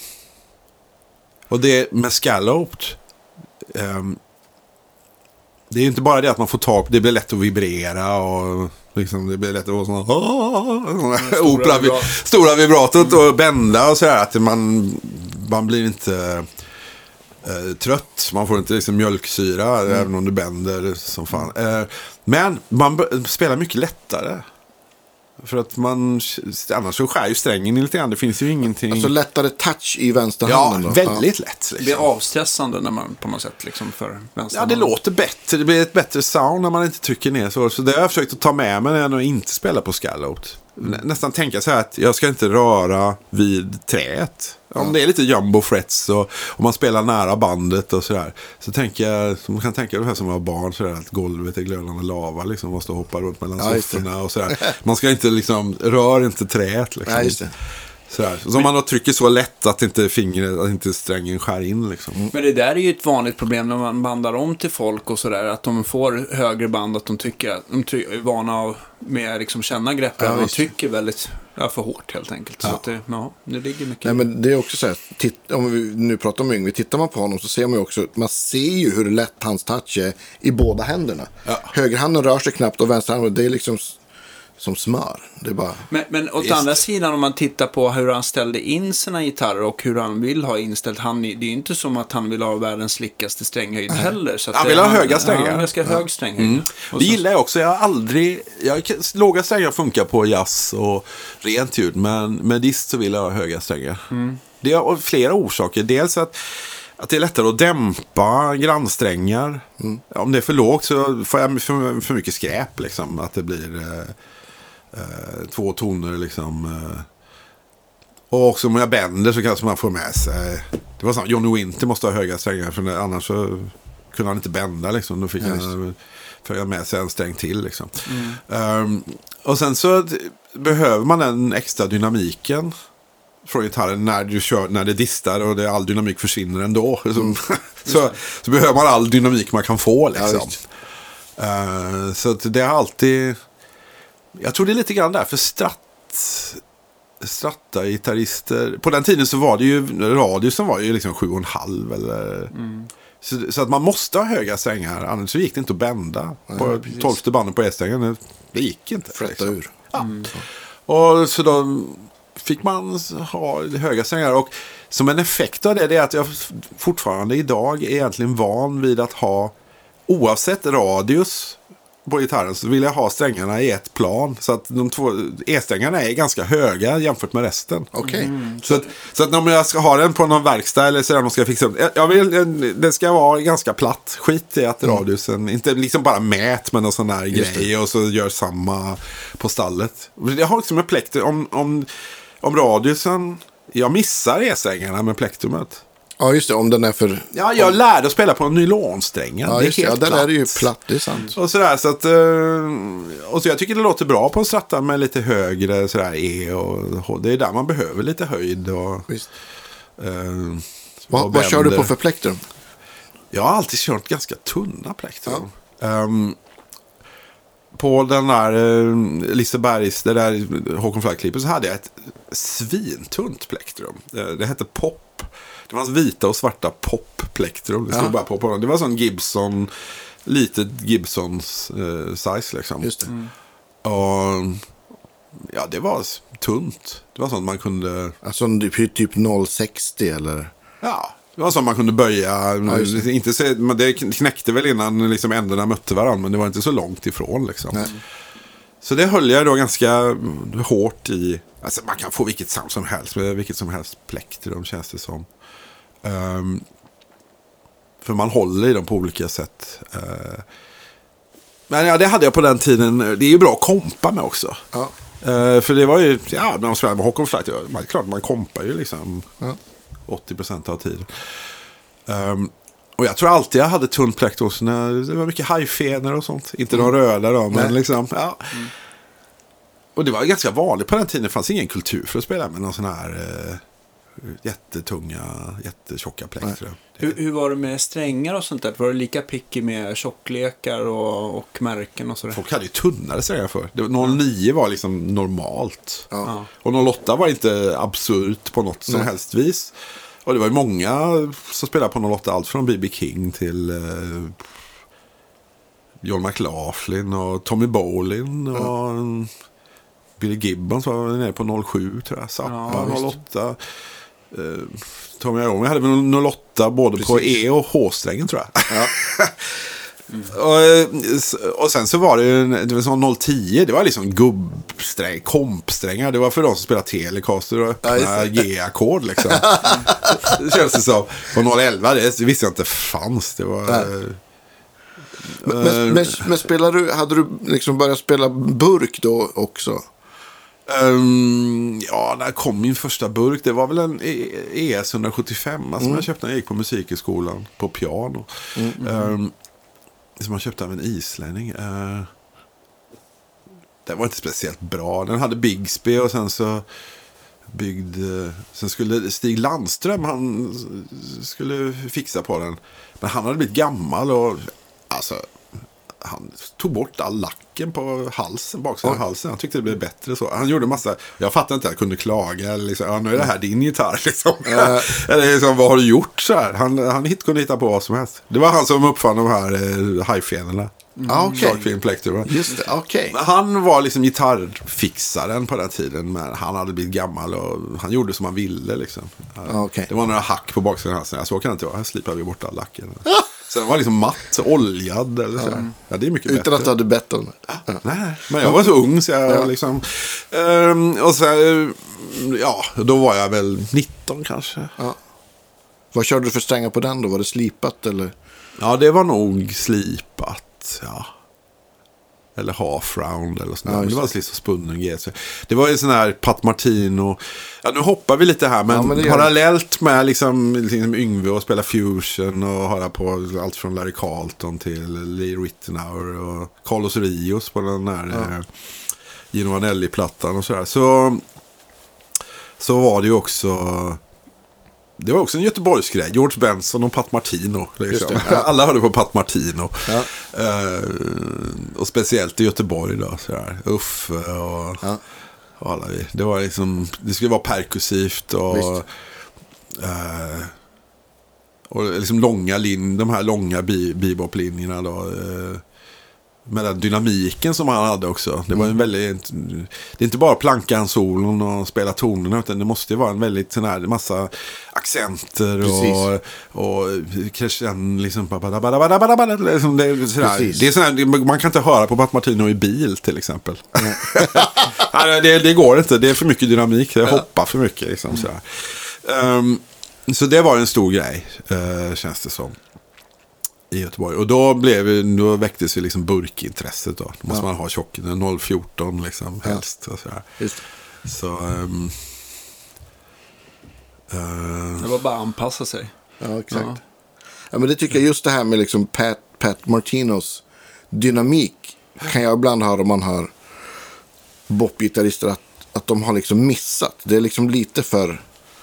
Och det med Scalloped, um, det är ju inte bara det att man får tag på, det blir lätt att vibrera och liksom det blir lätt att vara sån stora, opera, vibrat. stora vibratot och bända och sådär, att man, man blir inte uh, trött, man får inte liksom mjölksyra mm. även om du bänder som fan. Uh, men man b- spelar mycket lättare. För att man, annars så skär ju strängen lite grann. Det finns ju ingenting. Alltså lättare touch i vänsterhanden ja, då? väldigt ja. lätt. Liksom. Det blir avstressande när man på något sätt liksom för ja, det låter bättre. Det blir ett bättre sound när man inte trycker ner så. Så det har jag försökt att ta med mig när jag inte spelar på Scalloped. Mm. Nästan tänka så här att jag ska inte röra vid träet. Om det är lite jumbo frets och om man spelar nära bandet och sådär. Så tänker jag, så man kan tänka det här som var barn sådär, att golvet är glödande lava liksom, måste hoppa runt mellan Ja, sofforna och sådär. Man ska inte liksom, rör inte träet liksom. Ja, just det. Sådär. Så om man då trycker så lätt att inte fingret, att inte strängen skär in liksom. Mm. Men det där är ju ett vanligt problem när man bandar om till folk och sådär, att de får högre band, att de tycker att de ty- är vana av med liksom känna greppet, Ja, och de visst. trycker väldigt ja, för hårt helt enkelt. Så att det, ja, det ligger mycket. Nej, men det är också så här, titt, om vi nu pratar om Yngve, tittar man på honom så ser man ju också, man ser ju hur lätt hans touch är i båda händerna. Ja. Högerhanden rör sig knappt och vänsterhanden, det är liksom s- som smör. Det är bara... Men, men åt Visst. andra sidan, om man tittar på hur han ställde in sina gitarrer och hur han vill ha inställt, han, det är ju inte som att han vill ha världens slickaste stränghöjd heller. Så att Han det- vill ha höga strängar. Ja, han ganska hög stränghöjd. Mm. Och Det så- gillar jag också. Jag har aldrig... Jag, låga strängar funkar på jazz och rent ljud. Men med dist så vill jag ha höga strängar. Mm. Det är av flera orsaker. Dels att, att det är lättare att dämpa grannsträngar. Mm. Om det är för lågt så får jag för, för mycket skräp. Liksom. Att det blir eh, eh, två toner liksom... Eh. Och också om jag bänder så kanske man får med sig... Det var så att Johnny Winter måste ha höga strängar. För annars så kunde han inte bända liksom. Då fick Ja, han följa med sig en sträng till liksom. Mm. Um, och sen så d- behöver man den extra dynamiken från gitarren när du kör, när det distar och det, all dynamik försvinner ändå. Mm. så, så, så behöver man all dynamik man kan få liksom. Ja, uh, så att det har alltid... Jag tror det är lite grann där för stratt... Stratta-gitarrister. På den tiden så var det ju radiusen var ju liksom sju och en halv eller... Mm. Så, så att man måste ha höga strängar, annars så gick det inte att bända. Nej, på precis. tolfte banden på E-strängen, det, det gick inte. Frätta liksom. ur. Ja. Mm. Och så då fick man ha höga strängar. Och som en effekt av det, det är att jag fortfarande idag är egentligen van vid att ha, oavsett radius på gitarren, så vill jag ha strängarna i ett plan. Så att de två E-strängarna är ganska höga jämfört med resten. Okej. Mm. Så, att, så att om jag ska ha den på någon verkstad eller så där de ska fixa upp, jag, jag vill, det ska vara ganska platt. Skit i att radiusen, inte liksom bara mät med någon sån här Just grej och så gör samma på stallet. Jag har liksom med plektrum, om, om, om radiusen, jag missar E-strängarna med plektrumet. Ja, just det. Om den är för... Ja, jag lärde att spela på en nylonstränga. Ja, det är just det. helt Ja, den platt. är ju platt. Det är sant. Och sådär, så att... eh, Och så jag tycker det låter bra på en stratta med lite högre sådär E och H. Det är där man behöver lite höjd och... Visst. eh, Vad, och vad kör du bänder. på för plektrum? Jag har alltid kört ganska tunna plektrum. Ehm, på den där uh, Lisebergs, det där Håkon Flagg-klippet, så hade jag ett svintunt plektrum. Det, det hette Pop. Det var vita och svarta pop-plektrum. Det stod Ja. bara på på den. Det var sån Gibson, litet Gibsons uh, size liksom. Just det. Mm. Och ja, det var tunt. Det var sånt man kunde... Alltså typ, typ noll sextio eller... Ja, det var så man kunde böja. just det. Inte så, men det knäckte väl innan liksom ändarna mötte varandra, men det var inte så långt ifrån. Liksom. Nej. Så det höll jag då ganska hårt i. Alltså man kan få vilket sound som helst, med vilket som helst plektrum känns det som. Um, för man håller i dem på olika sätt. Uh, men ja, det hade jag på den tiden. Det är ju bra att kompa med också. Ja. Uh, för det var ju, ja, när man spelade med Håkon Flagg, man, klart man kompar ju liksom Ja. åttio procent av tiden. Um, och jag tror alltid jag hade tunt plektrum när det var mycket hajfener och sånt. Inte de röda då, men Nej. liksom, ja. Mm. Och det var ganska vanligt på den tiden. Det fanns ingen kultur för att spela med någon sån här eh, jättetunga, jättetjocka plektrum. Hur, hur var det med strängar och sånt där? Var det lika picky med tjocklekar och, och märken och sådär? Folk hade ju tunnare strängar för. Det var, noll nio var liksom normalt. Ja. Och noll åtta var inte absurt på något som Nej. helst vis. Och det var ju många som spelade på noll åtta. Allt från B B King till eh, John McLaughlin och Tommy Bolin och mm. Billy Gibbons var nere på noll sju tror jag. Zappa Ja, noll åtta. Eh, Tommy Iommi hade väl noll åtta både Precis. På E och H-strängen tror jag. Ja. Mm. och, och sen så var det ju det var sån noll tio, det var liksom gubbsträng, kompsträngar, det var för de som spelar Telecaster och öppna ja, G-ackord liksom. Det känns det som. På noll elva, det visste jag inte fanns. Det var... Men, men, men, men spelar du, hade du liksom börjat spela burk då också? Um, ja, när kom min första burk? Det var väl en E S ett sjuttiofem alltså, mm. som jag köpte när jag gick på musikskolan på piano. Mm, mm. Um, som jag köpte av en islänning. Uh, den var inte speciellt bra. Den hade Bigsby och sen så byggd... Sen skulle Stig Landström, han skulle fixa på den. Men han hade blivit gammal och alltså... Han tog bort all lacken på halsen, baksidan av halsen. Han tyckte det blev bättre så. Han gjorde massa... Jag fattade inte att jag kunde klaga. Eller liksom, ja, nu är det här din gitarr. Liksom. Uh. Eller liksom, vad har du gjort så här? Han, han hit, kunde hitta på vad som helst. Det var han som uppfann de här eh, hi-fenerna. Mm. Okay. Shark Plektor. Just det, okej. Okay. Han var liksom gitarrfixaren på den tiden. Men han hade blivit gammal och han gjorde som han ville. Liksom. Okay. Det var några hack på baksidan av halsen. Så kan det inte vara. Här slipar vi bort all lacken. Så den var liksom matt, oljad eller så. Mm. Ja, det är mycket Utan bättre. att du hade bett om det. Ja. Nej, men jag var så ung så jag ja. liksom... Um, och så ja, då var jag väl nitton kanske. Ja. Vad körde du för strängar på den då? Var det slipat eller? Ja, det var nog slipat, ja. Eller half round eller sånt. Ja, det var liksom spunnen G C. Det var ju sån här Pat Martino. Ja, nu hoppar vi lite här, men, ja, men parallellt med liksom, liksom Yngve och spela fusion och höra på allt från Larry Carlton till Lee Rittenauer och Carlos Rios på den där ja. eh, Gino Vanelli-plattan och sådär. Så, så var det ju också... Det var också en Göteborgsgrej. George Benson och Pat Martino. Liksom. Ja. Alla hörde på Pat Martino. Ja. Uh, och speciellt i Göteborg då. Sådär. Uffe och, ja. och alla. Det var liksom, det skulle vara perkussivt och uh, och liksom långa lin, de här långa bebop-linjerna då. Uh, med den dynamiken som han hade också. Det var en väldigt... Det är inte bara plankan solon och spela tonerna, utan det måste ju vara en väldigt sån här massa accenter och, och crescendo liksom, liksom det är sådär. Det är sådär, man kan inte höra på Pat Martino i bil till exempel. Mm. Nej, det, det går inte. Det är för mycket dynamik. Det hoppar för mycket liksom, sådär. Um, så det var en stor grej, uh, känns det som. I Göteborg. Och då blev vi, då väcktes vi liksom burkintresset då. Då måste ja. man ha tjocken noll fjorton liksom helst och sådär. Just. Så um, uh, det var bara att anpassa sig. Ja, exakt. Ja. Ja, men det tycker jag just det här med liksom Pat, Pat Martinos dynamik kan jag ibland höra om man hör bopgitarrister att, att de har liksom missat. Det är liksom lite för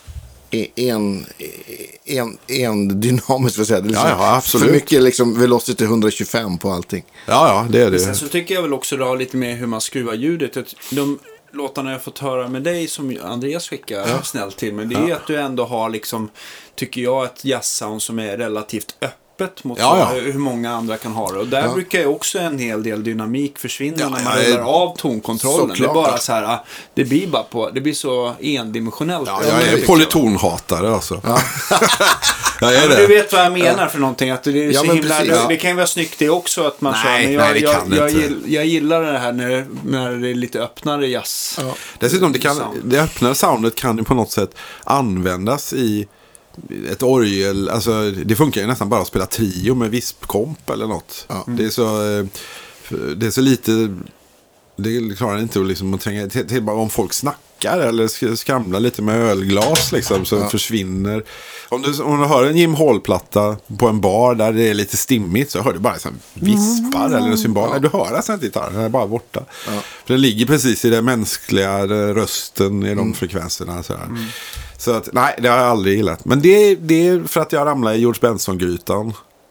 en, en, en dynamiskt, för, säga. Det är liksom ja, ja, absolut. För mycket liksom velocity hundratjugofem på allting. Ja, ja, det är det. Sen så tycker jag väl också det har lite mer hur man skruvar ljudet. De låtarna jag fått höra med dig som Andreas skickar ja. snällt till mig, det är ju ja. att du ändå har liksom, tycker jag, ett jazzsound som är relativt öppet mot ja, ja. hur många andra kan ha det. Och där ja. brukar ju också en hel del dynamik försvinna ja, när man rullar av tonkontrollen. Det är bara så här, det blir bara på, det blir så endimensionellt. Ja, jag är polytonhatare alltså. Ja. jag är det. Du vet vad jag menar ja. för någonting, att det är ja, så himla, precis, ja. det kan ju vara snyggt det också att man nej, så, men jag, nej, det kan jag, inte. Jag, jag gillar det här när, när det är lite öppnare jazz. Ja. Dessutom det kan sound. Det öppnare soundet kan ju på något sätt användas i ett orgel, alltså det funkar ju nästan bara att spela trio med vispkomp eller något. Ja. Mm. Det är så det är så lite, det klarar inte att liksom tränga till, till bara om folk snackar eller skramlar lite med ölglas liksom, så ja. försvinner. Om du, om du hör en Jim Hall-platta på en bar där det är lite stimmigt, så hör du bara liksom vispar mm. eller en symbol. Ja. Du hör alltså inte gitarren, den är bara borta. Ja. För den ligger precis i den mänskliga rösten i de mm. frekvenserna så här. Mm. Så att, nej, det har jag aldrig gillat. Men det, det är för att jag ramlade i George Benson-grytan.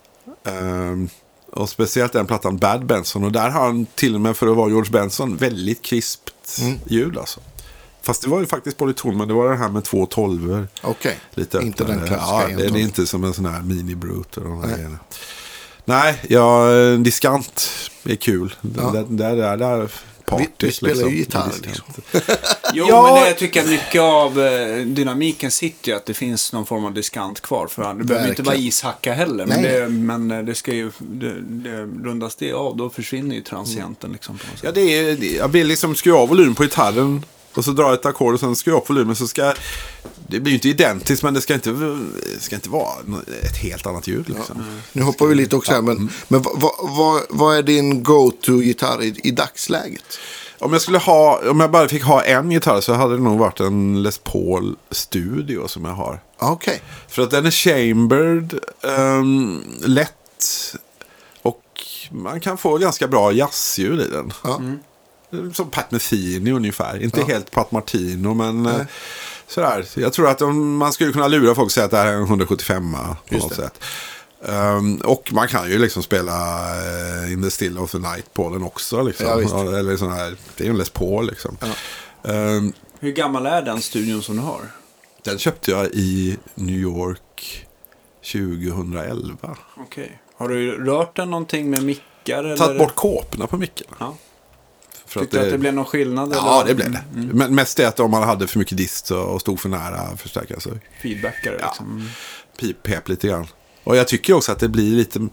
Um, och speciellt den plattan Bad Benson. Och där har han till och med, för att vara George Benson, väldigt krispt mm. ljud alltså. Fast det var ju faktiskt polyton, men det var det här med två tolver. Okej, okay. inte den klassiska. Ja, det är inte som en sån här mini-brute. Nej. nej, ja, diskant är kul. Ja. Där, där, där, där party, vi, vi spelar liksom. ju gitarr liksom. Jo, ja. men det, jag tycker mycket av eh, dynamiken sitter ju att det finns någon form av diskant kvar. För det behöver inte vara ishacka heller. Men det, men det ska ju, det, det, rundas det av, då försvinner ju transienten. Mm. Liksom, på något sätt. Ja, det är, det, jag vill liksom skruva av volym på gitarren. Och så drar ett ackord och sen skruva upp volymen, så ska det blir ju inte identiskt, men det ska inte, ska inte vara ett helt annat ljud liksom. Ja. Nu hoppar vi lite också här, men, men vad, vad, vad är din go-to-gitarr i, i dagsläget? om jag skulle ha, om jag bara fick ha en gitarr så hade det nog varit en Les Paul Studio som jag har. Okej. Okay. För att den är chambered, um, lätt och man kan få ganska bra jazzljud i den. Ja. Mm. Som Pat Metheny ungefär. Inte ja. helt Pat Martino, men Nej. sådär. Jag tror att om man skulle kunna lura folk och säga att det här är en hundrasjuttiofem på Just något det. sätt. Um, och man kan ju liksom spela uh, In the Still of the Night på den också. Liksom. Ja, Eller sån här, det är ju en Les Paul liksom. Ja. Um, Hur gammal är den studion som du har? Den köpte jag i New York tjugohundraelva. Okej. Okay. Har du rört den någonting med mickar? Eller? Tagit bort kåporna på micken. Ja. För Tyckte att det... att det blev någon skillnad? Ja, eller? det blev det. Mm. Men mest är att om man hade för mycket dist och stod för nära förstärkare så... Feedbackare ja. liksom. Pip, pep lite grann. Och jag tycker också att det blir lite...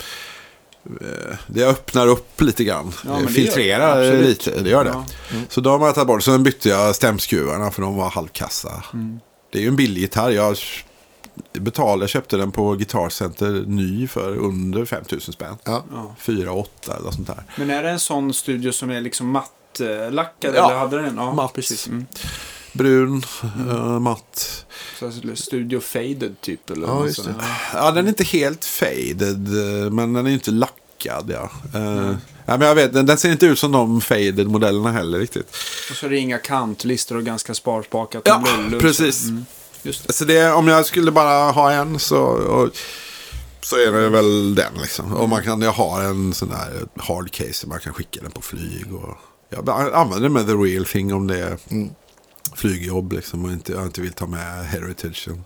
Det öppnar upp lite grann. Ja, det filtrerar gör det. lite. Det gör det. Ja. Mm. Så då har man tagit bort. Sen bytte jag stämskruvarna för de var halvkassa. Mm. Det är ju en billig gitarr. Jag betalade, jag köpte den på Guitar Center ny för under fem tusen spänn. Ja. fyra åtta eller sånt där. Men är det en sån studio som är liksom mattlackad? Ja, eller hade den? Ja, matt. Precis. Mm. Brun, mm. uh, matt. Så studio faded typ? Eller ja, just det. Ja, den är inte helt faded, men den är inte lackad. Ja. Uh, mm. ja, men jag vet, den, den ser inte ut som de faded-modellerna heller riktigt. Och så är det inga kantlistor och ganska sparspakat. Ja, precis. Mm. Just det. Så det, om jag skulle bara ha en så, och, så är det väl den liksom. Mm. Och man kan jag ha en sån där hard case, man kan skicka den på flyg. Och jag använder den med the real thing om det är mm. flygjobb liksom, och inte, jag inte vill ta med heritagen.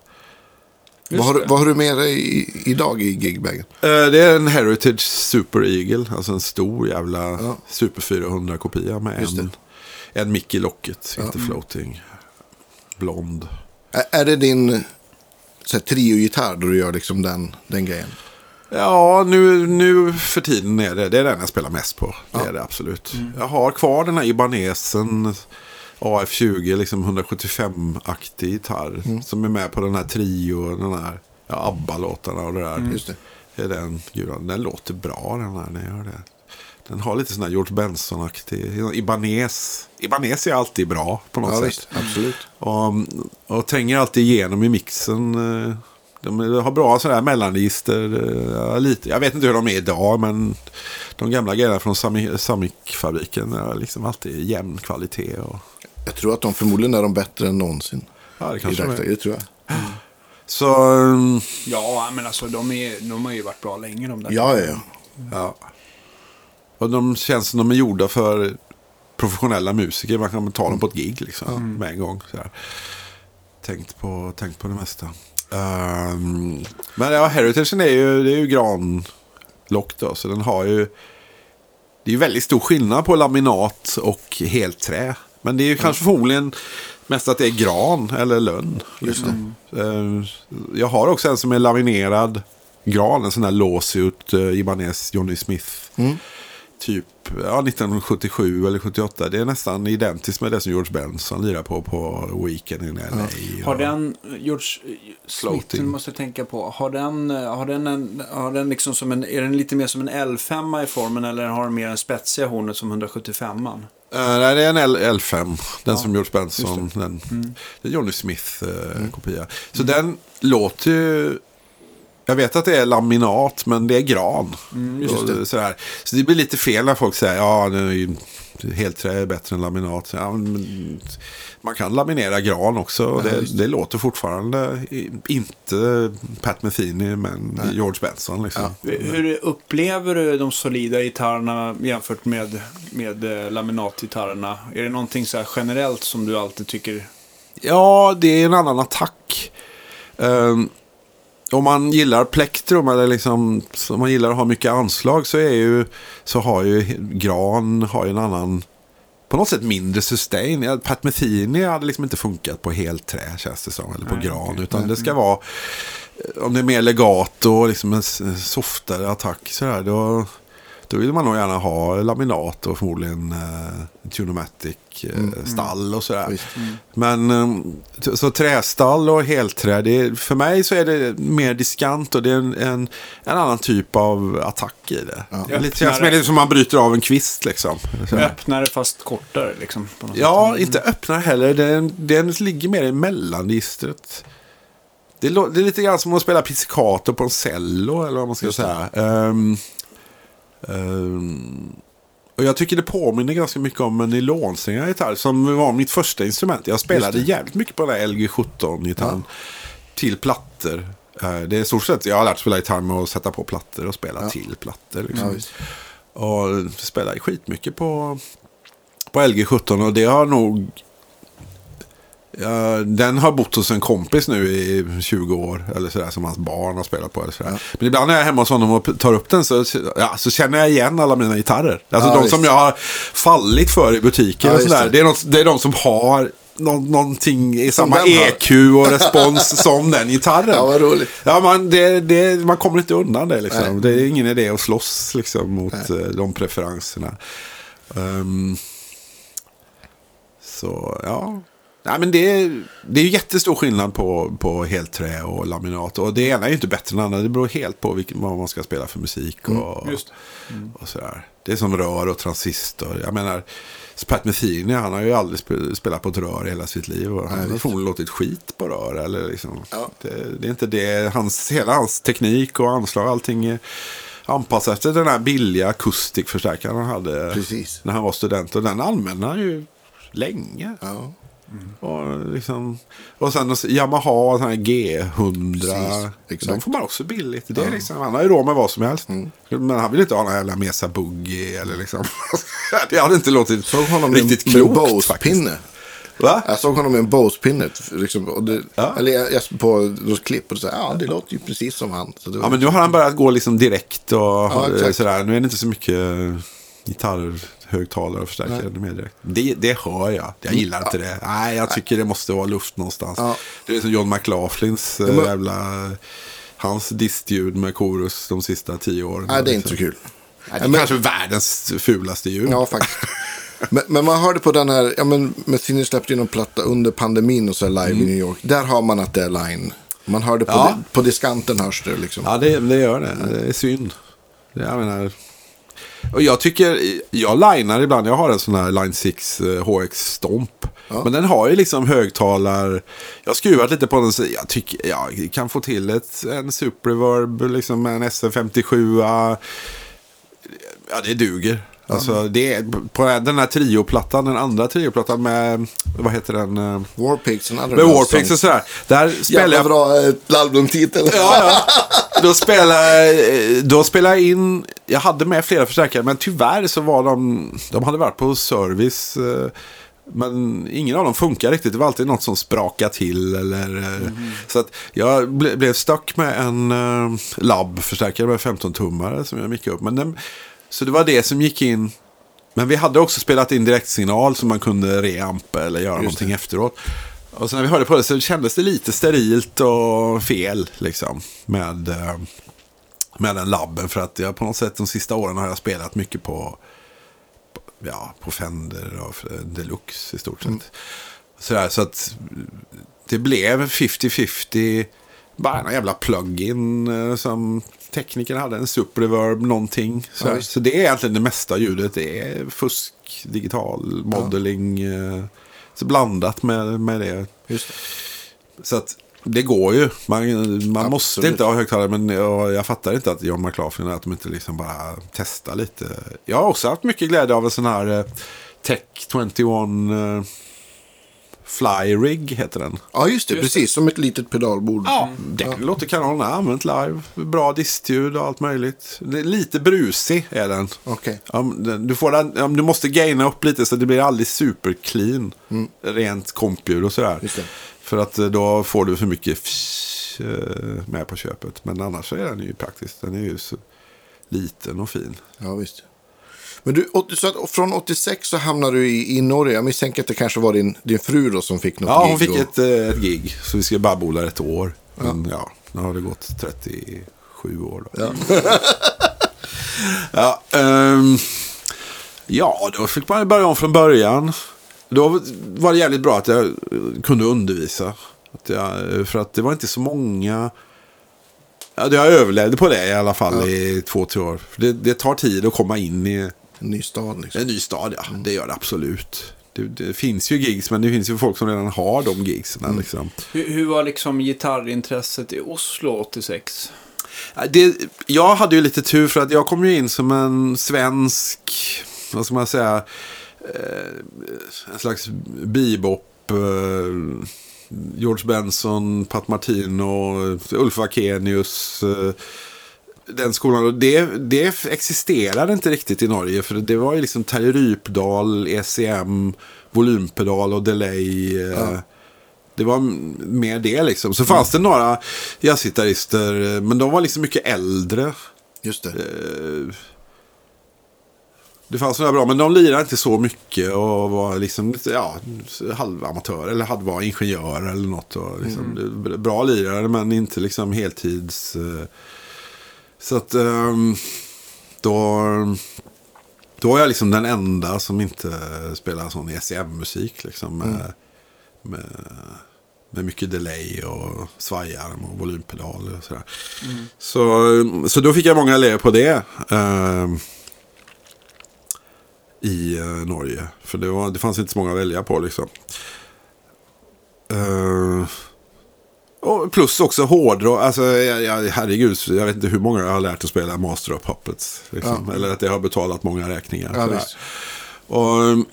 Vad har, vad har du med dig idag i gigbagen? Uh, det är en Heritage Super Eagle, alltså en stor jävla ja. Super fyrahundra kopia med en, en mick i locket, ja. Inte floating, blond. Är det din trio-gitarr då du gör liksom den, den grejen? Ja, nu, nu för tiden är det, det är den jag spelar mest på. Det ja. är det absolut. Mm. Jag har kvar den här Ibanesen A F tjugo, liksom hundrasjuttiofem-aktig gitarr. Mm. Som är med på den här trio, den här ja, ABBA-låtarna och det där. Mm. Just det. Det är den, den låter bra den här, den gör det. Den har lite sån här George Benson-aktig. Ibanez. Ibanez är alltid bra på något ja, sätt. Visst, absolut. Och, och tränger alltid igenom i mixen. De har bra sådär mellanregister. Lite. Jag vet inte hur de är idag, men de gamla grejerna från Samick-fabriken är liksom alltid jämn kvalitet. Och... Jag tror att de förmodligen är de bättre än någonsin. Ja, det kanske det, det tror jag. Mm. Så... Um... Ja, men alltså de, är, de har ju varit bra länge de där. Ja, ja, ja. ja. Och de känns som de är gjorda för professionella musiker. Man kan ta dem på ett gig liksom, mm. med en gång. Sådär. Tänkt på, tänkt på det mesta. Um, men ja, Heritagen är ju, det är ju granlock då. Så den har ju... Det är ju väldigt stor skillnad på laminat och helträ. Men det är ju mm. kanske förmodligen mest att det är gran eller lönn. Liksom. Mm. Jag har också en som är laminerad gran. En sån här lawsuit uh, Ibanez Johnny Smith. Mm. Typ ja, nittonhundrasjuttiosju eller sjuttioåtta. Det är nästan identiskt med det som George Benson lirar på på Weekend in L A. Ja. Har den George Smith, måste tänka på. Har den har den en, har den liksom som en, är den lite mer som en L fem i formen eller har den mer en spetsiga hornet som hundrasjuttiofem-an? Uh, nej, det är en L fem. Den ja, som George Benson. Det. Den, mm. det är Johnny Smith uh, mm. kopia. Så mm. den låter ju... Jag vet att det är laminat, men det är gran. Mm, just det. Sådär. Så det blir lite fel när folk säger ja, det är ju, helt trä är bättre än laminat. Ja, men man kan laminera gran också. Och det, det låter fortfarande inte Pat Metheny, men Nej. George Benson. Liksom. Ja. Hur upplever du de solida gitarrerna jämfört med, med laminatgitarrerna? Är det någonting så här generellt som du alltid tycker? Ja, det är en annan attack. Um, Om man gillar plektrum eller liksom, om man gillar att ha mycket anslag så är ju så har ju gran har ju en annan på något sätt mindre sustain. Pat Metheny hade liksom inte funkat på helt trä känns det som, eller på Nej, gran okay. utan mm. det ska vara om det är mer legato och liksom en softare attack så där, då då vill man nog gärna ha laminat och förmodligen eh, Tunomatic eh, mm. stall och sådär. Mm. Men eh, så trästall och helträ, det är, för mig så är det mer diskant och det är en, en, en annan typ av attack i det. Ja. Det är lite känns mer som man bryter av en kvist liksom. Så. Öppnare fast kortare liksom. På något ja, sätt. inte öppnare heller. Den, den ligger mer i mellanregistret. Det är, det är lite grann som att spela pizzicato på en cello eller vad man ska säga. Um, um, och jag tycker det påminner ganska mycket om en nylonsträngad gitarr som var mitt första instrument. Jag spelade jävligt mycket på den där L G sjutton-gitarren ja. till plattor. Uh, det är stort sett, jag har lärt spela gitarr med att sätta på plattor och spela ja. till plattor. Liksom. Ja, och spelade skitmycket på, på L G sjutton och det har nog... Ja, den har bott hos en kompis nu i tjugo år eller sådär, som hans barn har spelat på eller sådär. Ja. Men ibland när jag är hemma hos honom och tar upp den så, ja, så känner jag igen alla mina gitarrer. Alltså ja, de visst. som jag har fallit för i butiker ja, och sådär. Det. Det, är något, det är de som har nå, någonting i samma E Q och respons som den gitarren. Ja, vad roligt. Ja, man, det, det, man kommer inte undan det liksom. Det är ingen idé att slåss liksom mot Nej. de preferenserna. Um, så, ja... Nej, men det är, det är ju jättestor skillnad på, på helträ och laminat. Och det ena är ju inte bättre än det andra. Det beror helt på vilken, vad man ska spela för musik och, mm, just. Mm. och sådär. Det är som rör och transistor. Jag menar, Pat Metheny, han har ju aldrig spelat på ett rör hela sitt liv. Och han har förmodligen låtit skit på rör. Eller liksom, ja. det, det är inte det. Hans, hela hans teknik och anslag, allting är anpassat efter den här billiga akustikförstärkaren han hade Precis. när han var student. Och den använde han ju länge. Ja. Mm. Och, liksom, och sen Yamaha sån här G hundra Precis, de får man också billigt det är liksom, han har ju råd med vad som helst mm. men han vill inte ha någon jävla Mesa Boogie eller liksom det hade inte låtit såg honom riktigt med, klokt med Bose-pinne. Va? Jag såg honom med en Bose-pinne liksom, och det, ja. eller jag, jag på något klipp och så ja det låter ju precis som han så det ja men nu har han börjat gå liksom direkt och ja, sådär, nu är det inte så mycket gitarr högtalare och förstärkare med direkt. Det, det hör jag. Jag gillar inte det. Nej, jag tycker det måste vara luft någonstans. Ja. Det är som John McLaughlins äh, men... jävla hans distljud med chorus de sista tio åren. Nej, det är inte så kul. Nej, det är men... kanske världens fulaste ljud. Ja, faktiskt. men, men man hörde på den här, ja men Metheny släppte in en platta under pandemin och så live mm. i New York. Där har man att det är line. Man hörde på, ja. di, på diskanten hörs det liksom. Ja, det, det gör det. Det är synd. Jag menar... Och jag tycker, jag linar ibland, jag har en sån här Line sex H X Stomp. Ja. Men den har ju liksom högtalar. Jag har skruvat lite på den så jag tycker jag kan få till ett, en Super Reverb liksom med en S M femtiosju. Ja, det duger. Alltså det är på den här trioplattan, den andra trioplattan med vad heter den? Warpigs och med Warpigs och sådär. Där spelar jag bra eh, albumtitel. Ja, ja. Då spelar då spelar jag in. Jag hade med flera förstärkare, men tyvärr så var de de hade varit på service. Men ingen av dem funkar riktigt. Det var alltid något som sprakade till eller mm. så att jag ble, blev stuck med en uh, labb-förstärkare med femton tummare som jag mickade upp, men den, så det var det som gick in. Men vi hade också spelat in direktsignal som man kunde reampa eller göra Just någonting det. efteråt. Och så när vi hörde på det så kändes det lite sterilt och fel liksom med, med den labben. För att jag på något sätt de sista åren har jag spelat mycket på, ja, på Fender och Deluxe i stort sett. Mm. Sådär, så att det blev femtio femtio. Bara en jävla plugin som tekniken hade, en Super Reverb någonting. Så, ja, så det är egentligen det mesta ljudet. Det är fusk, digital, modeling. Ja. Så blandat med, med det. Just det. Så att det går ju. Man, man måste inte ha högtalare, men jag, jag fattar inte att John McLaughlin att de inte liksom bara testar lite. Jag har också haft mycket glädje av en sån här uh, Tech tjugoett uh, Fly Rig heter den. Ja, just det. Just precis. Det. Som ett litet pedalbord. Ja, det ja. låter kanon. Använt live. Bra distljud och allt möjligt. Det är lite brusig är den. Okej. Okay. Du, får den, du måste gaina upp lite så det blir aldrig super clean. Mm. Rent kompljud och sådär. Just det. För att då får du för mycket fsh, med på köpet. Men annars så är den ju praktiskt. Den är ju så liten och fin. Ja, visst. Men du, så att från åttiosex så hamnade du i, i Norge. Jag misstänker att det kanske var din, din fru då som fick något ja, gig. Ja, hon fick och... ett, ett gig. Så vi ska bara bo där ett år. Men ja, ja nu har det gått trettiosju år då. Ja. ja, um, ja, då fick man börja om från början. Då var det jävligt bra att jag kunde undervisa. Att jag, för att det var inte så många... Ja, jag överlevde på det i alla fall ja. i två, tre år. För det, det tar tid att komma in i en ny stad. Liksom. En ny stad, ja. Mm. Det gör det absolut. Det, det finns ju gigs, men det finns ju folk som redan har de gigsen. Mm. Liksom. Hur, hur var liksom gitarrintresset i Oslo åttiosex? Det, jag hade ju lite tur för att jag kom ju in som en svensk, vad ska man säga, eh, en slags bebop, eh, George Benson, Pat Martino, Ulf Akenius, eh, den skolan. Och det, det existerade inte riktigt i Norge, för det var ju liksom Terje Rypdal, E C M, volympedal och delay. Eh, ja. Det var mer det liksom. Så fanns det några jazzgitarrister, men de var liksom mycket äldre. Just det. Det fanns några bra, men de lirade inte så mycket och var liksom ja, halvamatör eller hade var ingenjör eller något. Och liksom, mm. Bra lirare, men inte liksom heltids. Så att då, då är jag liksom den enda som inte spelar sån E C M-musik liksom. Med, mm. med, med mycket delay och svajarm och volympedal och sådär. Mm. Så, så då fick jag många elever på det. Uh, i uh, Norge. För det, var, det fanns inte så många att välja på liksom. Uh, och plus också hårdrock. Alltså, jag, jag, herregud, jag vet inte hur många jag har lärt att spela Master of Puppets. Liksom. Ja. Eller att jag har betalat många räkningar. Ja, visst. Och,